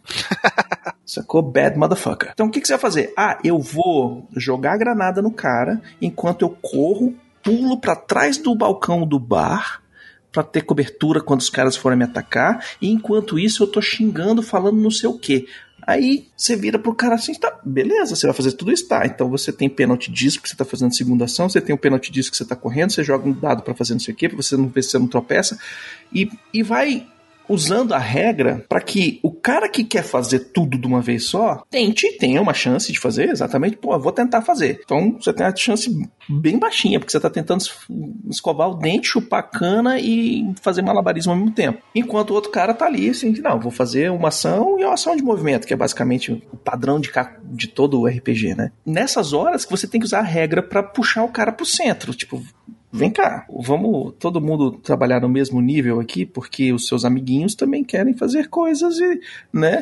Sacou? Bad motherfucker. Então o que, que você vai fazer? Ah, eu vou jogar a granada no cara enquanto eu corro, pulo pra trás do balcão do bar pra ter cobertura quando os caras forem me atacar, e enquanto isso eu tô xingando, falando não sei o quê. Aí você vira pro cara assim, tá, beleza, você vai fazer tudo isso, tá, então você tem penalty disc que você tá fazendo segunda ação, você tem o penalty disc que você tá correndo, você joga um dado pra fazer não sei o quê, pra você não ver se você não tropeça, e, e vai usando a regra para que o cara que quer fazer tudo de uma vez só tente, tenha uma chance de fazer, exatamente, pô, eu vou tentar fazer. Então você tem a chance bem baixinha, porque você tá tentando escovar o dente, chupar a cana e fazer malabarismo ao mesmo tempo. Enquanto o outro cara tá ali, assim, não, vou fazer uma ação e uma ação de movimento, que é basicamente o padrão de, de todo o R P G, né? Nessas horas que você tem que usar a regra para puxar o cara pro centro, tipo... Vem cá, vamos todo mundo trabalhar no mesmo nível aqui, porque os seus amiguinhos também querem fazer coisas, e, né?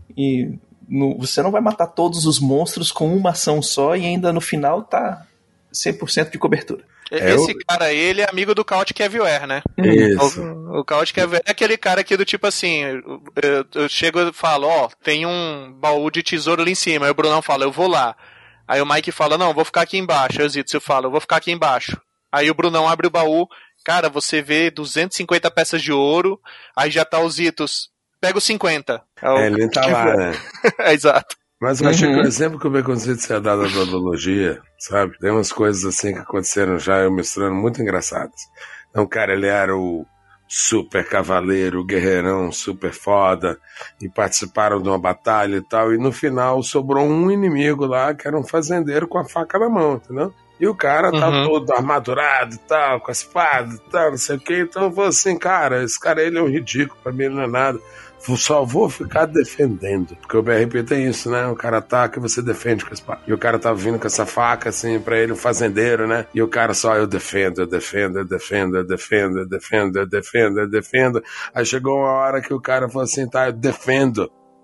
E no, você não vai matar todos os monstros com uma ação só e ainda no final tá cem por cento de cobertura. Esse eu... cara aí, ele é amigo do Chaotic Everywhere, né? Isso. O, o Chaotic Everywhere é aquele cara aqui do tipo assim, eu, eu chego e falo, ó, oh, tem um baú de tesouro ali em cima, aí o Brunão fala, eu vou lá. Aí o Mike fala, não, vou ficar aqui embaixo. Aí o Zitsu fala, eu vou ficar aqui embaixo. Aí o Brunão abre o baú, cara, você vê duzentas e cinquenta peças de ouro, aí já tá os Itos, pega os cinquenta. É, o... é ele tá lá, né? É, exato. Mas eu uhum. achei que o exemplo que o Beconzito se é dado da dodologia, sabe? Tem umas coisas assim que aconteceram já, eu mostrando, muito engraçadas. Então, cara, ele era o super cavaleiro, guerreirão, super foda, e participaram de uma batalha e tal, e no final sobrou um inimigo lá, que era um fazendeiro com a faca na mão, entendeu? E o cara tá uhum. todo armadurado e tal, com a espada e tal, não sei o que. Então eu vou assim, cara, esse cara ele é um ridículo, pra mim ele não é nada. Só vou ficar defendendo. Porque o B R P tem isso, né? O cara ataca e você defende com a espada. E o cara tava vindo com essa faca, assim, pra ele, um fazendeiro, né? E o cara só, eu defendo, eu defendo, eu defendo, eu defendo, eu defendo, eu defendo, eu defendo. Aí chegou uma hora que o cara falou assim, tá, eu defendo.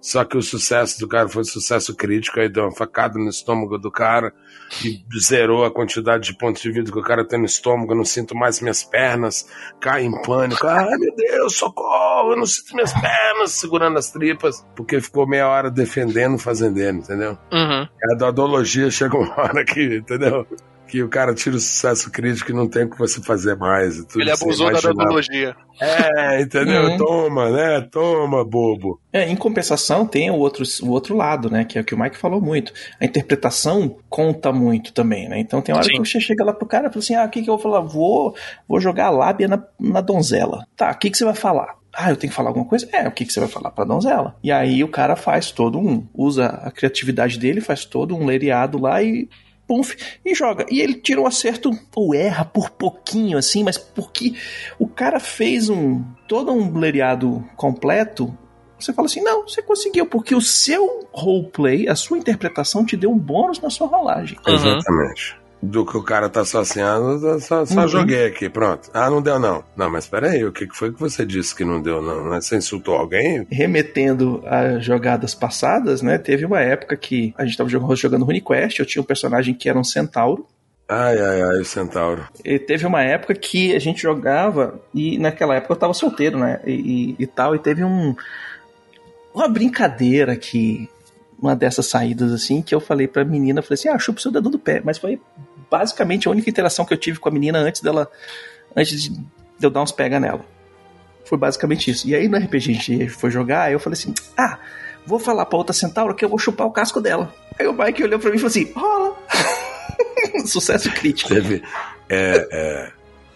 só que o sucesso do cara foi sucesso crítico, aí deu uma facada no estômago do cara e zerou a quantidade de pontos de vida que o cara tem no estômago, eu não sinto mais minhas pernas, cai em pânico, ai meu Deus, socorro, eu não sinto minhas pernas, segurando as tripas, porque ficou meia hora defendendo o fazendeiro, entendeu? Uhum. A dodologia chega uma hora que, entendeu? Que o cara tira o sucesso crítico e não tem o que você fazer mais. Tudo Ele abusou da dodologia. É, entendeu? Uhum. Toma, né? Toma, bobo. É, em compensação, tem o outro, o outro lado, né? Que é o que o Mike falou muito. A interpretação conta muito também, né? Então tem hora Sim. que você chega lá pro cara e fala assim: ah, o que, que eu vou falar? Vou, vou jogar a lábia na, na donzela. Tá, o que, que você vai falar? Ah, eu tenho que falar alguma coisa? É, o que, que você vai falar pra donzela? E aí o cara faz todo um. Usa a criatividade dele, faz todo um lereado lá e. Pumf, e joga. E ele tira um acerto, ou erra por pouquinho, assim, mas porque o cara fez um todo um lereado completo, você fala assim, não, você conseguiu, porque o seu roleplay, a sua interpretação te deu um bônus na sua rolagem. Uhum. Exatamente. Do que o cara tá associando, só, só uhum. joguei aqui, pronto. Ah, não deu não. Não, mas peraí, o que foi que você disse que não deu não? Você insultou alguém? Remetendo a jogadas passadas, né, teve uma época que a gente tava jogando, jogando RuneQuest, eu tinha um personagem que era um centauro. Ai, ai, ai, o centauro. E teve uma época que a gente jogava, e naquela época eu tava solteiro, né, e, e, e tal, e teve um uma brincadeira que uma dessas saídas assim, que eu falei pra menina, falei assim, ah, chupa o seu dedo do pé, mas foi basicamente a única interação que eu tive com a menina antes dela, antes de eu dar uns pega nela. Foi basicamente isso. E aí no R P G a gente foi jogar, aí eu falei assim, ah, vou falar pra outra centauro que eu vou chupar o casco dela. Aí o Mike olhou pra mim e falou assim, rola. Sucesso crítico. Teve, é, é...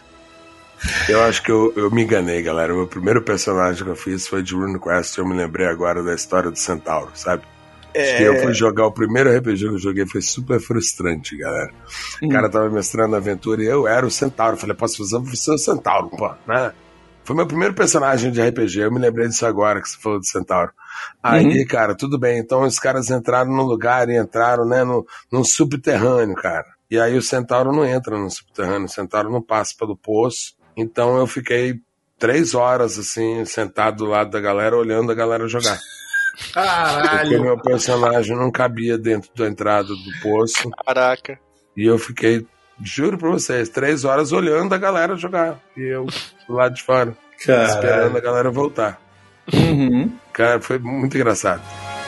Eu acho que eu, eu me enganei, galera. O meu primeiro personagem que eu fiz foi de RuneQuest, eu me lembrei agora da história do centauro, sabe? É... Eu fui jogar o primeiro R P G que eu joguei, foi super frustrante, galera. Hum. O cara tava mestrando a aventura e eu era o centauro. Eu falei, posso fazer você o centauro, pô, né? Foi meu primeiro personagem de R P G, eu me lembrei disso agora que você falou do centauro. Aí, uhum. cara, tudo bem, então os caras entraram no lugar e entraram, né, no, num subterrâneo, cara. E aí o centauro não entra no subterrâneo, o centauro não passa pelo poço. Então eu fiquei três horas, assim, sentado do lado da galera, olhando a galera jogar. Caralho! Porque meu personagem não cabia dentro da entrada do poço. Caraca. E eu fiquei, juro pra vocês, três horas olhando a galera jogar. E eu do lado de fora, Caralho. Esperando a galera voltar. Uhum. Cara, foi muito engraçado.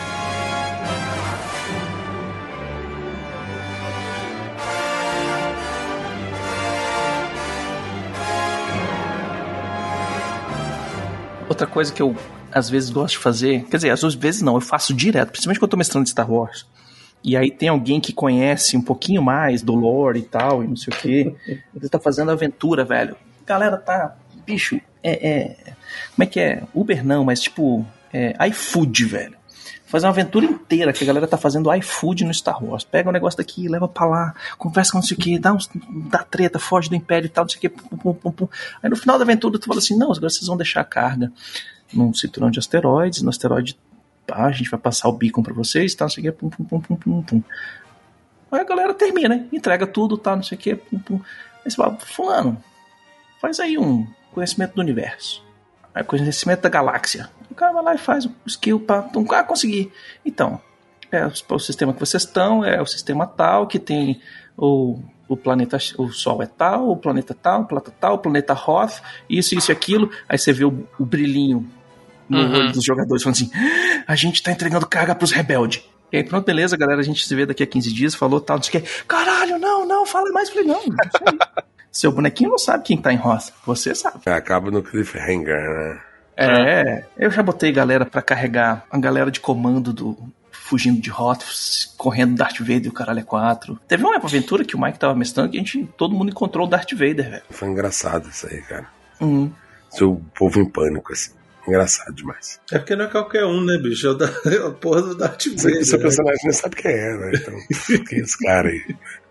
Outra coisa que eu às vezes gosto de fazer, quer dizer, às vezes não, eu faço direto, principalmente quando eu tô mestrando Star Wars. E aí tem alguém que conhece um pouquinho mais do lore e tal, e não sei o quê. Ele tá fazendo aventura, velho. A galera tá, bicho, é, é como é que é? Uber não, mas tipo, é, iFood, velho. Fazer uma aventura inteira que a galera tá fazendo iFood no Star Wars. Pega um negócio daqui, leva pra lá, conversa com não sei o que, dá, uns, dá treta, foge do Império e tal, não sei o que. Pum, pum, pum, pum. Aí no final da aventura tu fala assim, não, agora vocês vão deixar a carga num cinturão de asteroides, no asteroide, tá, a gente vai passar o beacon pra vocês, tá, não sei o que, pum, pum, pum, pum, pum, pum. Aí a galera termina, entrega tudo, tá, não sei o que, pum, pum. Aí você fala, fulano, faz aí um conhecimento do universo. Aí conhecimento da galáxia. O cara vai lá e faz o skill pra... Ah, conseguir. Então, é o, o sistema que vocês estão, é o sistema tal, que tem o, o planeta... O Sol é tal, o planeta tal, o planeta tal, o planeta Hoth, isso, isso e aquilo. Aí você vê o, o brilhinho no uhum. olho dos jogadores, falando assim, a gente tá entregando carga pros rebeldes. E aí, pronto, beleza, galera, a gente se vê daqui a quinze dias, falou tal, não sei o que. Caralho, não, não, fala mais. Falei, não, não sei. Seu bonequinho não sabe quem tá em roça. Você sabe. Acaba no cliffhanger, né? É, eu já botei galera pra carregar a galera de comando do fugindo de Hoth, correndo Darth Vader e o caralho é quatro. Teve uma aventura que o Mike tava mestrando que a gente, todo mundo encontrou o Darth Vader, velho. Foi engraçado isso aí, cara. Uhum. Seu povo em pânico, assim. Engraçado demais. É porque não é qualquer um, né, bicho? É o, da, é a porra do Darth Vader. Seu personagem não sabe quem é, né? Então, quem é esse cara aí?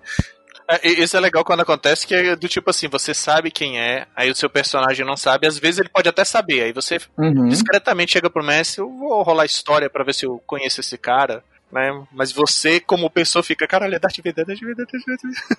É, isso é legal quando acontece, que é do tipo assim, você sabe quem é, aí o seu personagem não sabe, às vezes ele pode até saber, aí você uhum. discretamente chega pro mestre, eu vou rolar história pra ver se eu conheço esse cara, né, mas você como pessoa fica, caralho, é Darth Vader, Darth Vader, Darth Vader.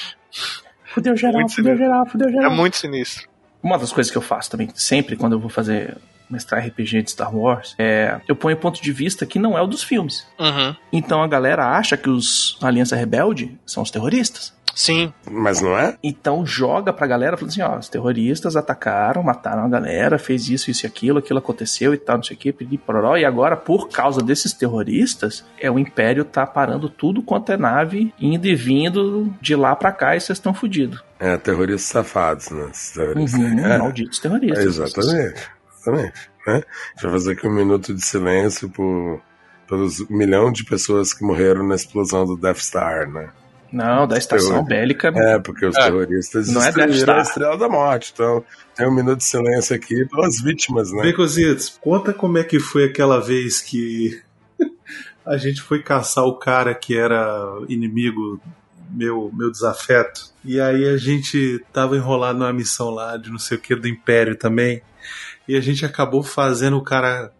Fudeu geral, muito fudeu sinistro. geral, fudeu geral. É muito sinistro. Uma das coisas que eu faço também, sempre quando eu vou fazer mestrar R P G de Star Wars, é, eu ponho ponto de vista que não é o dos filmes. Uhum. Então a galera acha que os Aliança Rebelde são os terroristas. Sim. Mas não é? Então joga pra galera, falando assim, ó, os terroristas atacaram, mataram a galera, fez isso, isso e aquilo, aquilo aconteceu e tal, não sei o que, pedi pororó, e agora, por causa desses terroristas, é o Império tá parando tudo quanto é nave, indo e vindo de lá pra cá, e vocês estão fodidos. É, terroristas safados, né? Terroristas. Uhum, é. Malditos terroristas. É, exatamente. Exatamente. Né? A gente vai fazer aqui um minuto de silêncio por, pelos milhão de pessoas que morreram na explosão do Death Star, né? Não, da estação bélica. É, porque os é. terroristas não destruíram é a Estrela da Morte. Então, tem um minuto de silêncio aqui pelas vítimas, né? Becositos, conta como é que foi aquela vez que a gente foi caçar o cara que era inimigo, meu, meu desafeto. E aí a gente tava enrolado numa missão lá de não sei o que do Império também. E a gente acabou fazendo o cara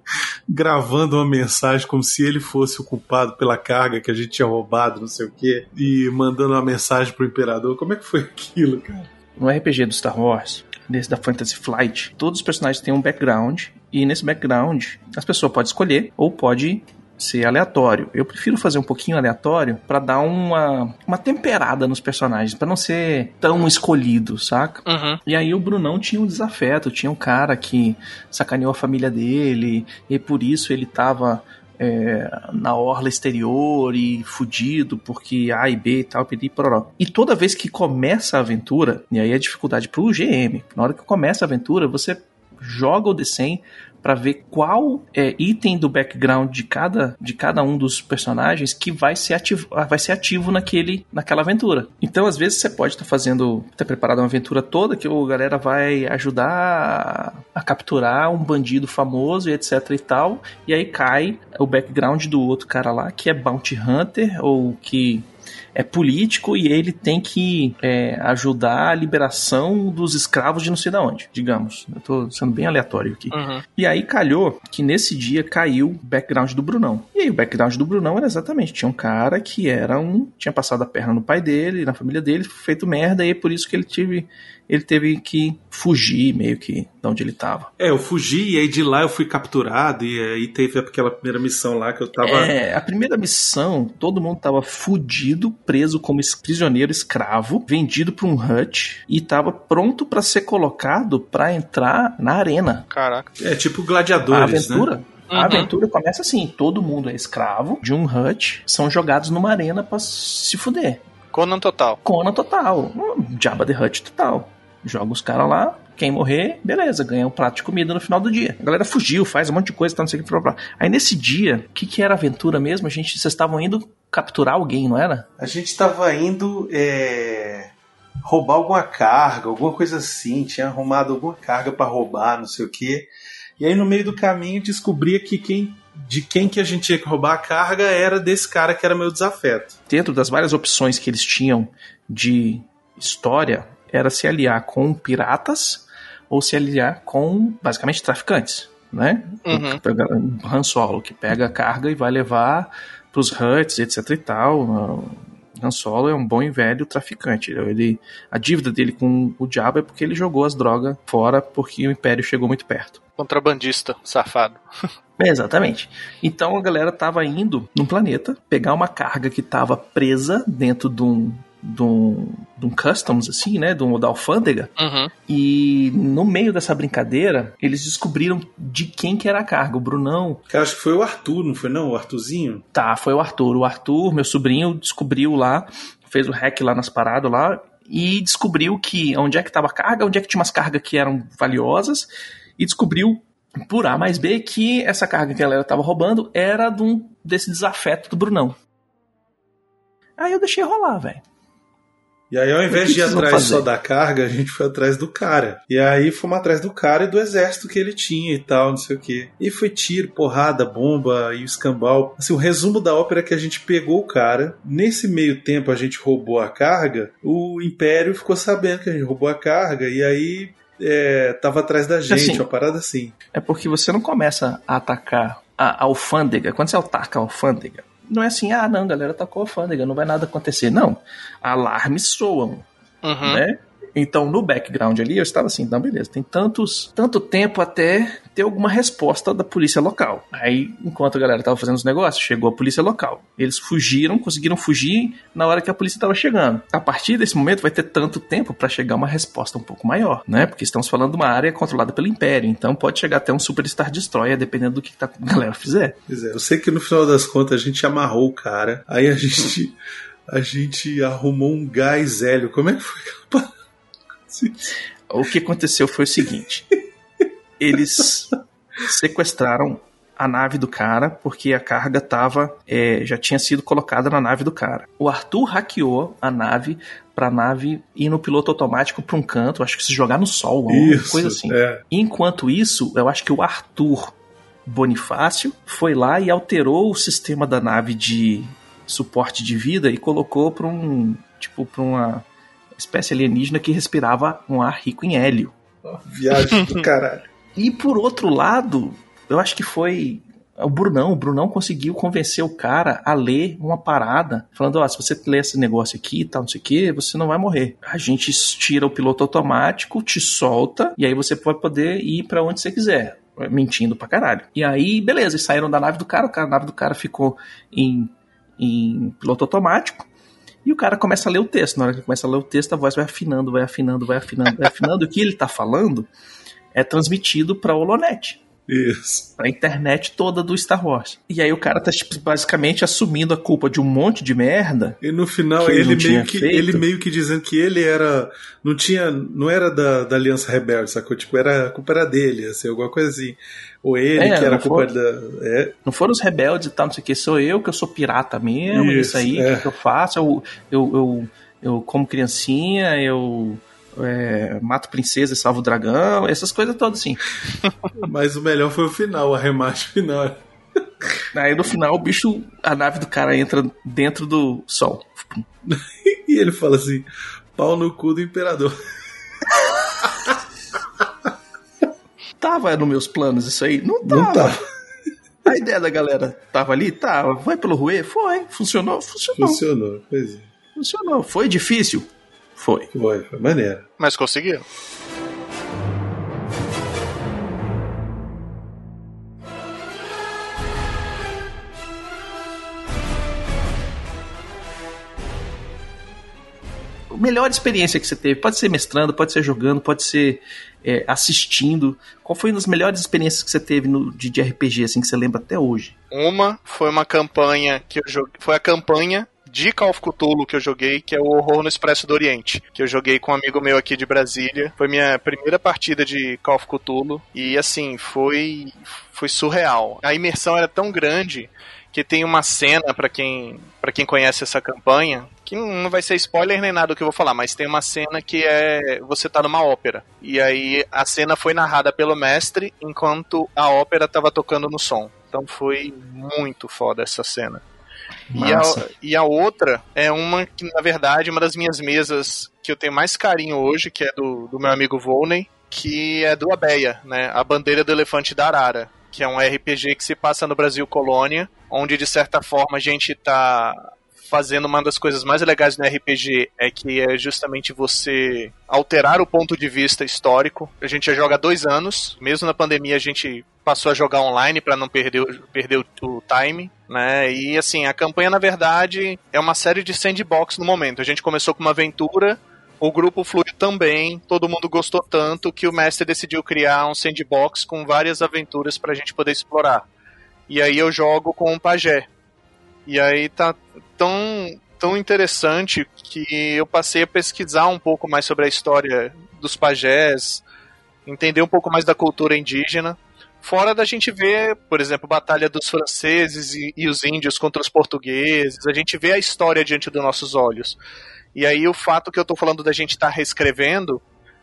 gravando uma mensagem como se ele fosse o culpado pela carga que a gente tinha roubado, não sei o quê, e mandando uma mensagem pro Imperador. Como é que foi aquilo, cara? No R P G do Star Wars, desse da Fantasy Flight, todos os personagens têm um background, e nesse background as pessoas podem escolher ou pode ser aleatório. Eu prefiro fazer um pouquinho aleatório pra dar uma, uma temperada nos personagens, pra não ser tão escolhido, saca? Uhum. E aí o Brunão tinha um desafeto, tinha um cara que sacaneou a família dele, e por isso ele tava é, na orla exterior e fudido, porque A e B e tal, pedi pororó. E toda vez que começa a aventura, e aí a dificuldade pro G M, na hora que começa a aventura, você joga o D cem para ver qual é, item do background de cada, de cada um dos personagens que vai ser ativo, vai ser ativo naquele, naquela aventura. Então, às vezes, você pode estar tá fazendo, ter preparado uma aventura toda que a galera vai ajudar a, a capturar um bandido famoso e etc e tal, e aí cai o background do outro cara lá, que é Bounty Hunter, ou que é político e ele tem que é, ajudar a liberação dos escravos de não sei de onde, digamos. Eu tô sendo bem aleatório aqui. Uhum. E aí calhou que nesse dia caiu o background do Brunão. E aí o background do Brunão era exatamente, tinha um cara que era um, tinha passado a perna no pai dele, na família dele, feito merda, e é por isso que ele teve, ele teve que fugir meio que de onde ele tava. É, eu fugi e aí de lá eu fui capturado e aí teve aquela primeira missão lá que eu tava... É, a primeira missão, todo mundo tava fudido, preso como prisioneiro escravo, vendido pra um hut e tava pronto pra ser colocado pra entrar na arena. Caraca. É tipo gladiadores, a aventura, né? A uhum. aventura começa assim, todo mundo é escravo de um hut, são jogados numa arena pra se fuder. Conan total. Conan total. Jabba the Hutt total. Joga os caras lá, quem morrer, beleza, ganha um prato de comida no final do dia. A galera fugiu, faz um monte de coisa, tá, não sei o que, blá, blá. Aí nesse dia, o que, que era a aventura mesmo? A gente, vocês estavam indo capturar alguém, não era? A gente tava indo é, roubar alguma carga, alguma coisa assim, tinha arrumado alguma carga pra roubar, não sei o que. E aí no meio do caminho descobria que quem, de quem que a gente tinha que roubar a carga era desse cara que era meu desafeto. Dentro das várias opções que eles tinham de história, era se aliar com piratas ou se aliar com, basicamente, traficantes, né? Uhum. O Han Solo, que pega a carga e vai levar pros huts, etc e tal. Han Solo é um bom e velho traficante. Ele, a dívida dele com o diabo é porque ele jogou as drogas fora porque o Império chegou muito perto. Contrabandista, safado. Exatamente. Então a galera tava indo num planeta pegar uma carga que tava presa dentro de um de um, de um customs, assim, né, de um, da alfândega, uhum. E no meio dessa brincadeira, eles descobriram de quem que era a carga, o Brunão. Cara, acho que foi o Arthur, não foi não? O Arthurzinho? Tá, foi o Arthur. O Arthur, meu sobrinho, descobriu lá, fez o hack lá nas paradas lá, e descobriu que onde é que tava a carga, onde é que tinha umas cargas que eram valiosas, e descobriu por A mais B que essa carga que a galera tava roubando era de um, desse desafeto do Brunão. Aí eu deixei rolar, velho. E aí, ao invés de ir atrás só da carga, a gente foi atrás do cara. E aí, fomos atrás do cara e do exército que ele tinha e tal, não sei o quê. E foi tiro, porrada, bomba e o escambau. Assim, o resumo da ópera é que a gente pegou o cara. Nesse meio tempo, a gente roubou a carga. O Império ficou sabendo que a gente roubou a carga. E aí, é, tava atrás da gente, assim, uma parada assim. É porque você não começa a atacar a alfândega. Quando você ataca a alfândega, não é assim, ah, não, galera, atacou a alfândega, não vai nada acontecer. Não, alarmes soam, uhum. né? Então, no background ali, eu estava assim, não, beleza, tem tantos, tanto tempo até ter alguma resposta da polícia local. Aí, enquanto a galera estava fazendo os negócios, chegou a polícia local. Eles fugiram, conseguiram fugir na hora que a polícia estava chegando. A partir desse momento, vai ter tanto tempo para chegar uma resposta um pouco maior, né? Porque estamos falando de uma área controlada pelo Império, então pode chegar até um Super Star Destroyer, dependendo do que a galera fizer. Pois é, eu sei que no final das contas a gente amarrou o cara, aí a gente, a gente arrumou um gás hélio. Como é que foi aquela... O que aconteceu foi o seguinte: eles sequestraram a nave do cara porque a carga tava, é, já tinha sido colocada na nave do cara. O Arthur hackeou a nave pra nave ir no piloto automático pra um canto, acho que se jogar no sol, uma coisa assim. É. Enquanto isso, eu acho que o Arthur Bonifácio foi lá e alterou o sistema da nave de suporte de vida e colocou pra um, tipo, pra uma espécie alienígena que respirava um ar rico em hélio. Oh, viagem do caralho. E por outro lado, eu acho que foi o Brunão. O Brunão conseguiu convencer o cara a ler uma parada, falando, ó, oh, se você ler esse negócio aqui e tal, não sei o que, você não vai morrer. A gente tira o piloto automático, te solta, e aí você vai poder ir pra onde você quiser. Mentindo pra caralho. E aí, beleza, eles saíram da nave do cara, a nave do cara ficou em, em piloto automático. E o cara começa a ler o texto. Na hora que ele começa a ler o texto, a voz vai afinando, vai afinando, vai afinando, vai afinando. E o que ele tá falando é transmitido pra Holonet. Isso. Pra internet toda do Star Wars. E aí o cara tá tipo, basicamente assumindo a culpa de um monte de merda. E no final ele, ele meio que feito. ele meio que dizendo que ele era não tinha não era da, da Aliança Rebelde, sacou? Tipo, era a culpa era dele, assim, alguma coisa assim. Ou ele é, que era a culpa for, da é. Não foram os rebeldes e tal, não sei o que, sou eu que eu sou pirata mesmo, isso, isso aí é. que eu faço, eu, eu, eu, eu como criancinha, eu É, mato princesa e salvo o dragão, essas coisas todas assim. Mas o melhor foi o final, o arremate final. Aí no final o bicho, a nave do cara entra dentro do sol. E ele fala assim: pau no cu do imperador. Tava nos meus planos isso aí? Não tava. Não tava. A ideia da galera tava ali? Tava. Vai pelo ruê? Foi. Funcionou? Funcionou. Funcionou, pois é. Funcionou. Foi difícil? Foi. Foi, foi maneiro. Mas conseguiu. A melhor experiência que você teve, pode ser mestrando, pode ser jogando, pode ser é, assistindo. Qual foi uma das melhores experiências que você teve no, de, de R P G, assim, que você lembra até hoje? Uma foi uma campanha que eu joguei. Foi a campanha de Call of Cthulhu que eu joguei, que é o Horror no Expresso do Oriente, que eu joguei com um amigo meu aqui de Brasília. Foi minha primeira partida de Call of Cthulhu e, assim, foi, foi surreal. A imersão era tão grande que tem uma cena, pra quem, pra quem conhece essa campanha, que não vai ser spoiler nem nada do que eu vou falar, mas tem uma cena que é você tá numa ópera. E aí a cena foi narrada pelo mestre enquanto a ópera tava tocando no som. Então foi muito foda essa cena. E a, e a outra é uma que, na verdade, uma das minhas mesas que eu tenho mais carinho hoje, que é do, do meu amigo Volney, que é do Abeia, né? A Bandeira do Elefante da Arara, que é um R P G que se passa no Brasil Colônia, onde, de certa forma, a gente tá fazendo uma das coisas mais legais do R P G, é que é justamente você alterar o ponto de vista histórico. A gente já joga há dois anos, mesmo na pandemia a gente passou a jogar online para não perder, perder o, o time, né? E assim, a campanha, na verdade, é uma série de sandbox no momento. A gente começou com uma aventura, o grupo fluiu também, todo mundo gostou tanto que o mestre decidiu criar um sandbox com várias aventuras pra gente poder explorar. E aí eu jogo com o pajé. E aí tá tão, tão interessante que eu passei a pesquisar um pouco mais sobre a história dos pajés, entender um pouco mais da cultura indígena. Fora da gente ver, por exemplo, a batalha dos franceses e, e os índios contra os portugueses, a gente vê a história diante dos nossos olhos. E aí o fato que eu tô falando da gente estar tá reescrevendo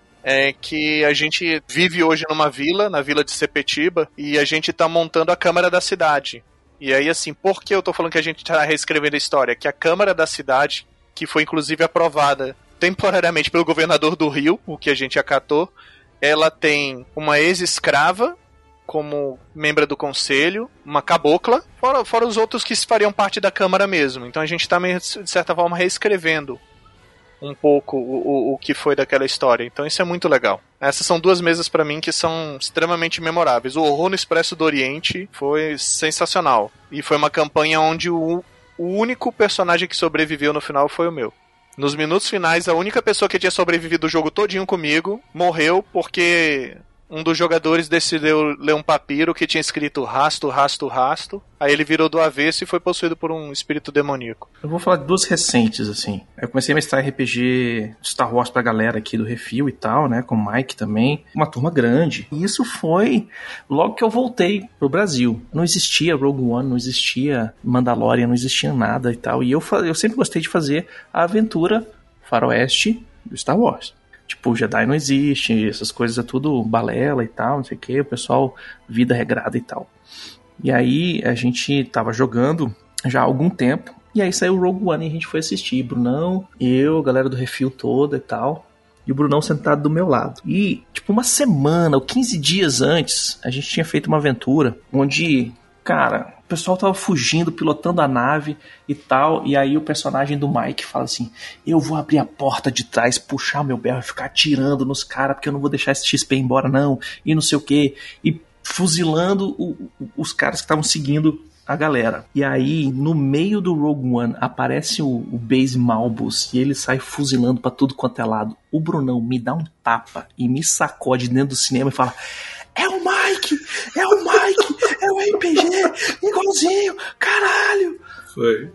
é que a gente vive hoje numa vila, na vila de Sepetiba, e a gente tá montando a Câmara da Cidade. E aí, assim, por que eu tô falando que a gente tá reescrevendo a história? Que a Câmara da Cidade, que foi inclusive aprovada temporariamente pelo governador do Rio, o que a gente acatou, ela tem uma ex-escrava como membro do conselho, uma cabocla, fora, fora os outros que fariam parte da Câmara mesmo. Então a gente tá, meio, de certa forma, reescrevendo um pouco o, o, o que foi daquela história. Então isso é muito legal. Essas são duas mesas pra mim que são extremamente memoráveis. O Horror no Expresso do Oriente foi sensacional. E foi uma campanha onde o, o único personagem que sobreviveu no final foi o meu. Nos minutos finais, a única pessoa que tinha sobrevivido o jogo todinho comigo morreu porque um dos jogadores decidiu ler um papiro que tinha escrito rasto, rasto, rasto. Aí ele virou do avesso e foi possuído por um espírito demoníaco. Eu vou falar de duas recentes, assim. Eu comecei a mestrar R P G Star Wars pra galera aqui do Refil e tal, né? Com o Mike também. Uma turma grande. E isso foi logo que eu voltei pro Brasil. Não existia Rogue One, não existia Mandalorian, não existia nada e tal. E eu, eu sempre gostei de fazer a aventura faroeste do Star Wars. Tipo, o Jedi não existe, essas coisas é tudo balela e tal, não sei o que, o pessoal, vida regrada e tal. E aí a gente tava jogando já há algum tempo, e aí saiu o Rogue One e a gente foi assistir. Brunão, eu, a galera do Refil toda e tal, e o Brunão sentado do meu lado. E, tipo, uma semana ou quinze dias antes, a gente tinha feito uma aventura onde, cara, o pessoal tava fugindo, pilotando a nave e tal, e aí o personagem do Mike fala assim, eu vou abrir a porta de trás, puxar o meu berro e ficar atirando nos caras, porque eu não vou deixar esse X P ir embora não, e não sei o que, e fuzilando o, o, os caras que estavam seguindo a galera. E aí, no meio do Rogue One, aparece o, o Baze Malbus, e ele sai fuzilando pra tudo quanto é lado. O Brunão me dá um tapa e me sacode dentro do cinema e fala, é o Mike, é o Mike, é o R P G, igualzinho, caralho. Foi.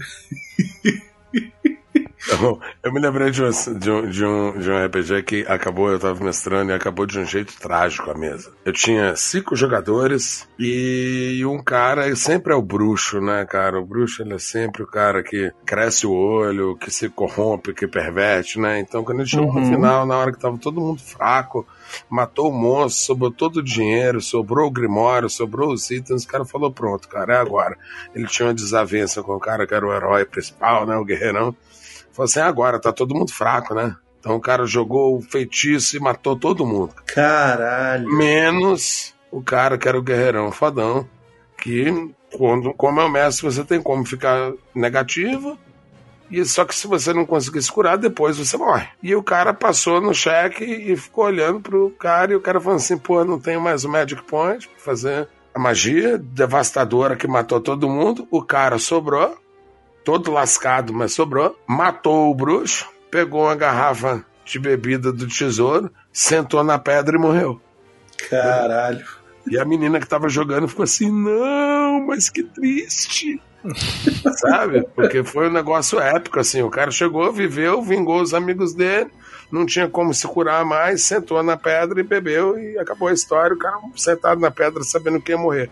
Então, eu me lembrei de um, de, um, de, um, de um R P G que acabou, eu tava mestrando e acabou de um jeito trágico a mesa. Eu tinha cinco jogadores e um cara, e sempre é o bruxo, né, cara? O bruxo, ele é sempre o cara que cresce o olho, que se corrompe, que perverte, né? Então, quando ele chegou uhum. no final, na hora que tava todo mundo fraco, matou o monstro, sobrou todo o dinheiro, sobrou o grimório, sobrou os itens, o cara falou, pronto, cara, é agora. Ele tinha uma desavença com o cara que era o herói principal, né, o guerreirão. Falou assim, agora, tá todo mundo fraco, né? Então o cara jogou o feitiço e matou todo mundo. Caralho. Menos o cara que era o guerreirão fodão, que, quando, como é o mestre, você tem como ficar negativo, e só que se você não conseguir se curar, depois você morre. E o cara passou no cheque e ficou olhando pro cara, e o cara falou assim, pô, não tenho mais o Magic Point pra fazer a magia devastadora que matou todo mundo. O cara sobrou, todo lascado, mas sobrou, matou o bruxo, pegou uma garrafa de bebida do tesouro, sentou na pedra e morreu. Caralho. E a menina que tava jogando ficou assim, não, mas que triste. Sabe? Porque foi um negócio épico, assim, o cara chegou, viveu, vingou os amigos dele, não tinha como se curar mais, sentou na pedra e bebeu e acabou a história, o cara sentado na pedra sabendo que ia morrer.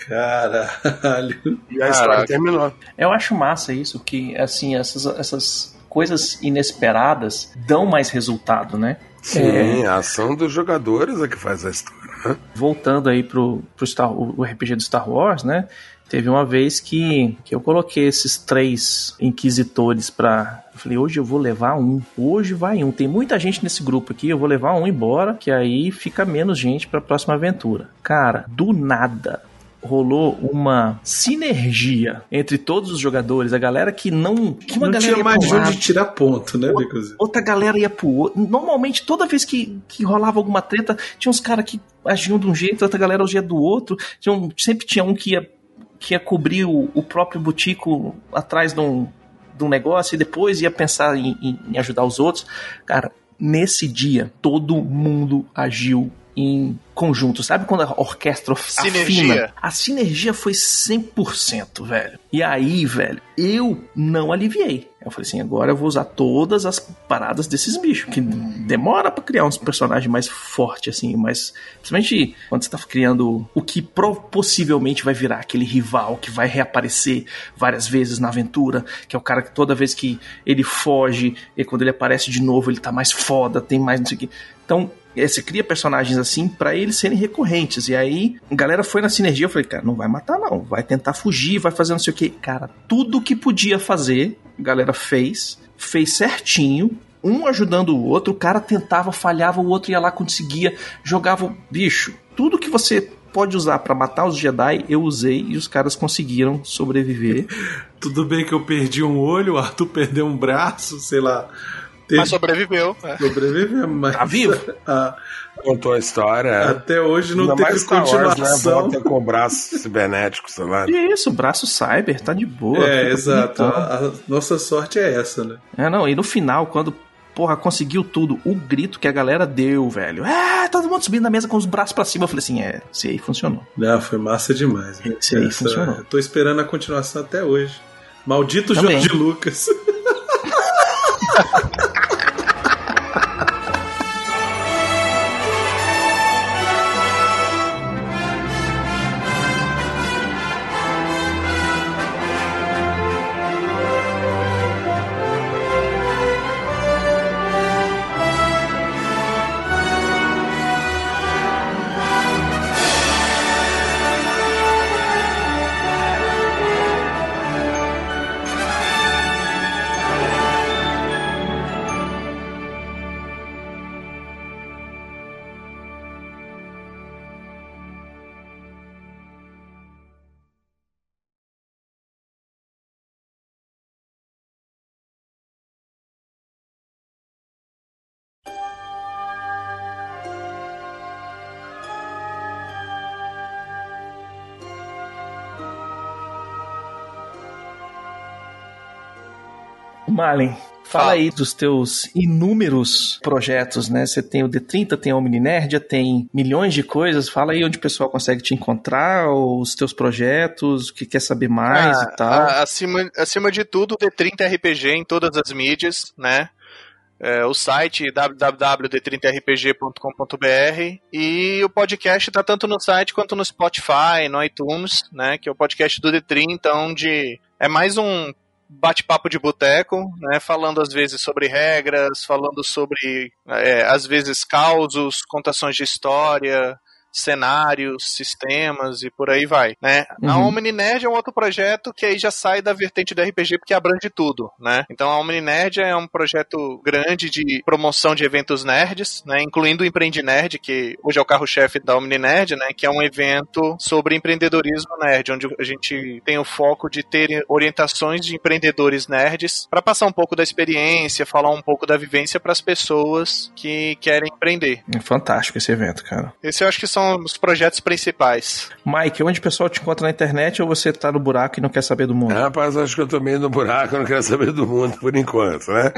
Caralho. E a história Caraca. terminou. Eu acho massa isso, que assim, essas, essas coisas inesperadas dão mais resultado, né? Sim, é... a ação dos jogadores é que faz a história, né? Voltando aí pro, pro Star, o R P G do Star Wars, né? Teve uma vez que, que eu coloquei esses três inquisitores pra... Eu falei, hoje eu vou levar um. Hoje vai um. Tem muita gente nesse grupo aqui, eu vou levar um embora, que aí fica menos gente pra próxima aventura. Cara, do nada... rolou uma sinergia entre todos os jogadores, a galera que não... Que uma não galera tinha mais de onde tirar ponto, né, outra, outra galera ia pro outro. Normalmente, toda vez que, que rolava alguma treta, tinha uns caras que agiam de um jeito, outra galera agia do outro. Tinha um, sempre tinha um que ia, que ia cobrir o, o próprio botico atrás de um, de um negócio e depois ia pensar em, em, em ajudar os outros. Cara, nesse dia, todo mundo agiu em conjunto, sabe quando a orquestra sinergia. Afina? A sinergia foi cem por cento, velho. E aí, velho, eu não aliviei. Eu falei assim, agora eu vou usar todas as paradas desses bichos, que demora pra criar uns personagens mais fortes, assim, mas principalmente quando você tá criando o que possivelmente vai virar aquele rival que vai reaparecer várias vezes na aventura, que é o cara que toda vez que ele foge, e quando ele aparece de novo, ele tá mais foda, tem mais não sei o que. Então, você cria personagens assim pra eles serem recorrentes. E aí, a galera foi na sinergia. Eu falei, cara, não vai matar não. Vai tentar fugir, vai fazer não sei o que. Cara, tudo que podia fazer, a galera fez. Fez certinho. Um ajudando o outro. O cara tentava, falhava, o outro ia lá, conseguia. Jogava, bicho, tudo que você pode usar pra matar os Jedi, eu usei e os caras conseguiram sobreviver. Tudo bem que eu perdi um olho, o Arthur perdeu um braço, sei lá... Teve... Mas sobreviveu. É. Sobreviveu, mas... Tá vivo? a... Contou a história. Até hoje não Ainda teve mais Star Wars, continuação. né? Volta com o braço cibernético, sei lá. E isso, braço cyber, tá de boa. É, exato. bonitão. A, a nossa sorte é essa, né? É, não, e no final, quando, porra, conseguiu tudo, o grito que a galera deu, velho. É, todo mundo subindo na mesa com os braços pra cima. Eu falei assim, é, esse aí funcionou. Não, foi massa demais. Né? Esse aí Essa, funcionou. Eu tô esperando a continuação até hoje. Maldito Também. Jorge Lucas. Malin, fala Fala. aí dos teus inúmeros projetos, né? Você tem o D trinta, tem a Omninerdia, tem milhões de coisas. Fala aí onde o pessoal consegue te encontrar, os teus projetos, o que quer saber mais Ah, e tal. a- acima, acima de tudo, o D trinta R P G em todas as mídias, né? É, o site w w w ponto d trinta r p g ponto com ponto b r e o podcast tá tanto no site quanto no Spotify, no iTunes, né? Que é o podcast do D trinta, onde é mais um bate-papo de boteco, né, falando às vezes sobre regras, falando sobre, é, às vezes, causos, contações de história, cenários, sistemas e por aí vai, né? Uhum. A Omninerd é um outro projeto que aí já sai da vertente do R P G porque abrange tudo, né? Então a Omninerd é um projeto grande de promoção de eventos nerds, né? Incluindo o Empreende Nerd, que hoje é o carro-chefe da Omninerd, né? Que é um evento sobre empreendedorismo nerd, onde a gente tem o foco de ter orientações de empreendedores nerds para passar um pouco da experiência, falar um pouco da vivência para as pessoas que querem empreender. É fantástico esse evento, cara. Esse eu acho que são os projetos principais. Mike, onde o pessoal te encontra na internet ou você tá no buraco e não quer saber do mundo? É, rapaz, acho que eu tô meio no buraco, eu não quero saber do mundo por enquanto, né?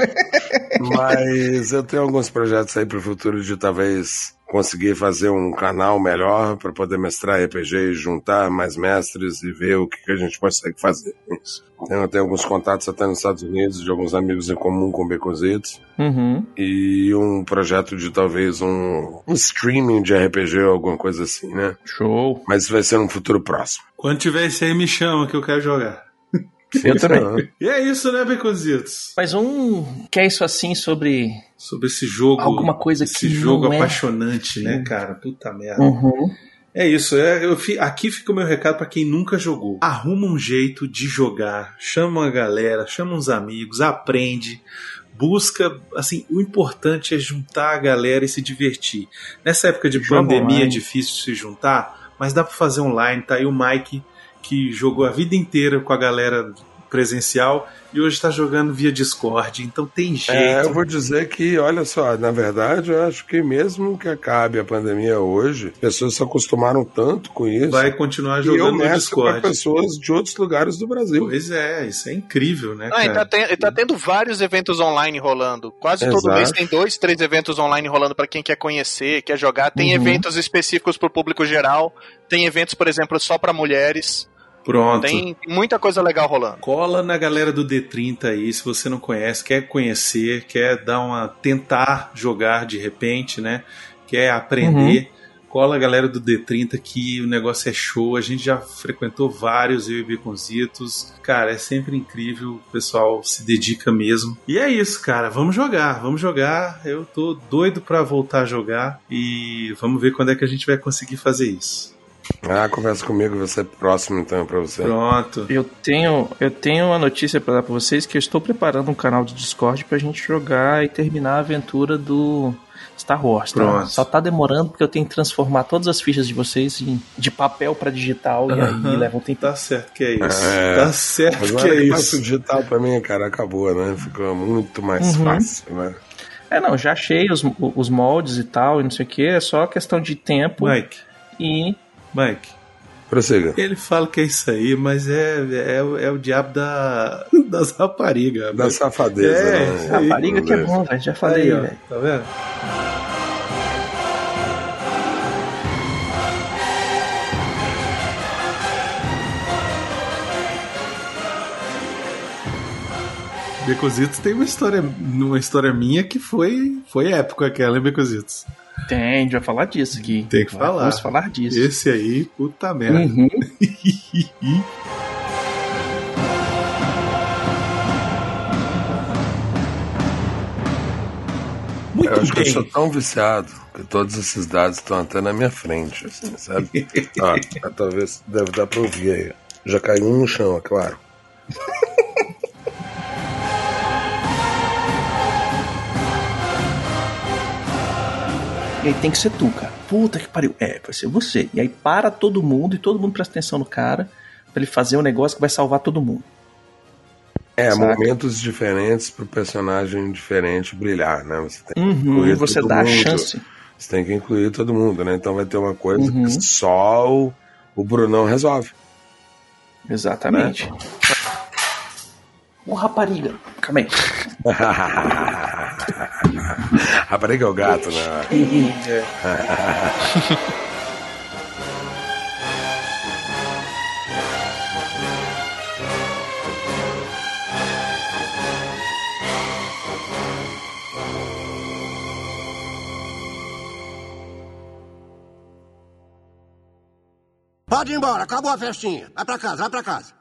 Mas eu tenho alguns projetos aí pro futuro de talvez conseguir fazer um canal melhor para poder mestrar R P G e juntar mais mestres e ver o que, que a gente consegue fazer com isso. Eu tenho alguns contatos até nos Estados Unidos de alguns amigos em comum com Becositos. Uhum. E um projeto de talvez um, um streaming de R P G ou alguma coisa assim, né? Show. Mas isso vai ser no futuro próximo. Quando tiver esse aí, me chama que eu quero jogar. Eu também. E é isso, né, Becositos? Mas um que é isso assim sobre... Sobre esse jogo. Alguma coisa esse que jogo não é... apaixonante, né, cara? Puta merda. Uhum. É isso, é, eu fi, aqui fica o meu recado pra quem nunca jogou. Arruma um jeito de jogar, chama uma galera, chama uns amigos, aprende, busca, assim, o importante é juntar a galera e se divertir. Nessa época de Joga pandemia online. é difícil se juntar, mas dá pra fazer online, tá aí o Mike que jogou a vida inteira com a galera presencial e hoje está jogando via Discord, então tem jeito. É, eu vou dizer que, olha só, na verdade, eu acho que mesmo que acabe a pandemia hoje, pessoas se acostumaram tanto com isso. Vai continuar que eu jogando no mestro para Discord. pessoas de outros lugares do Brasil. Pois é, isso é incrível, né, Ah, e cara? tá, ten- e tá tendo vários eventos online rolando. Quase todo Exato. mês tem dois, três eventos online rolando pra quem quer conhecer, quer jogar. Tem Uhum. eventos específicos pro público geral. Tem eventos, por exemplo, só pra mulheres. Pronto. Tem muita coisa legal rolando. Cola na galera do D trinta aí, se você não conhece, quer conhecer, quer dar uma tentar jogar de repente, né? Quer aprender, cola a galera do D trinta que o negócio é show. A gente já frequentou vários, eu e Beconzitos. Cara, é sempre incrível, o pessoal se dedica mesmo. E é isso, cara, vamos jogar, vamos jogar. Eu tô doido pra voltar a jogar e vamos ver quando é que a gente vai conseguir fazer isso. Ah, conversa comigo, vai ser próximo então pra você. Pronto. Eu tenho, eu tenho uma notícia pra dar pra vocês que eu estou preparando um canal de Discord pra gente jogar e terminar a aventura do Star Wars, tá? Pronto. Só tá demorando porque eu tenho que transformar todas as fichas de vocês em, de papel pra digital, e aí leva um tempo. Tá certo que é isso. É. Tá certo Agora que é que passa isso. o digital também, cara, acabou, né? Ficou muito mais Uhum. fácil, né? É, não, já achei os, os moldes e tal, e não sei o que, é só questão de tempo Mike, e... Mike, Prossiga. ele fala que é isso aí, mas é, é, é o diabo da, das raparigas. Da safadeza, É, né? isso aí. Rapariga que é bom, velho, já falei, Aí, ó, velho. tá vendo? Becositos tem uma história, uma história minha que foi, foi épica aquela, hein, Becositos? Tem, a gente vai falar disso aqui. Tem que falar. Vamos falar disso. Esse aí, puta merda. Uhum. Muito Eu acho que eu bem. sou tão viciado que todos esses dados estão até na minha frente, assim, sabe? Ó, talvez deve dar pra ouvir aí. Já caiu um no chão, é claro. E aí tem que ser tu, cara. Puta que pariu. É, vai ser você. E aí para todo mundo e todo mundo presta atenção no cara pra ele fazer um negócio que vai salvar todo mundo. É, Saca? momentos diferentes pro personagem diferente brilhar, né? Você tem que Uhum, incluir você todo dá a mundo. chance. Você tem que incluir todo mundo, né? Então vai ter uma coisa Uhum. que só o, o Brunão resolve. Exatamente. Ô, rapariga. Calma aí. Rapariga é o gato, né? Pode ir embora, acabou a festinha. Vai pra casa, vai pra casa.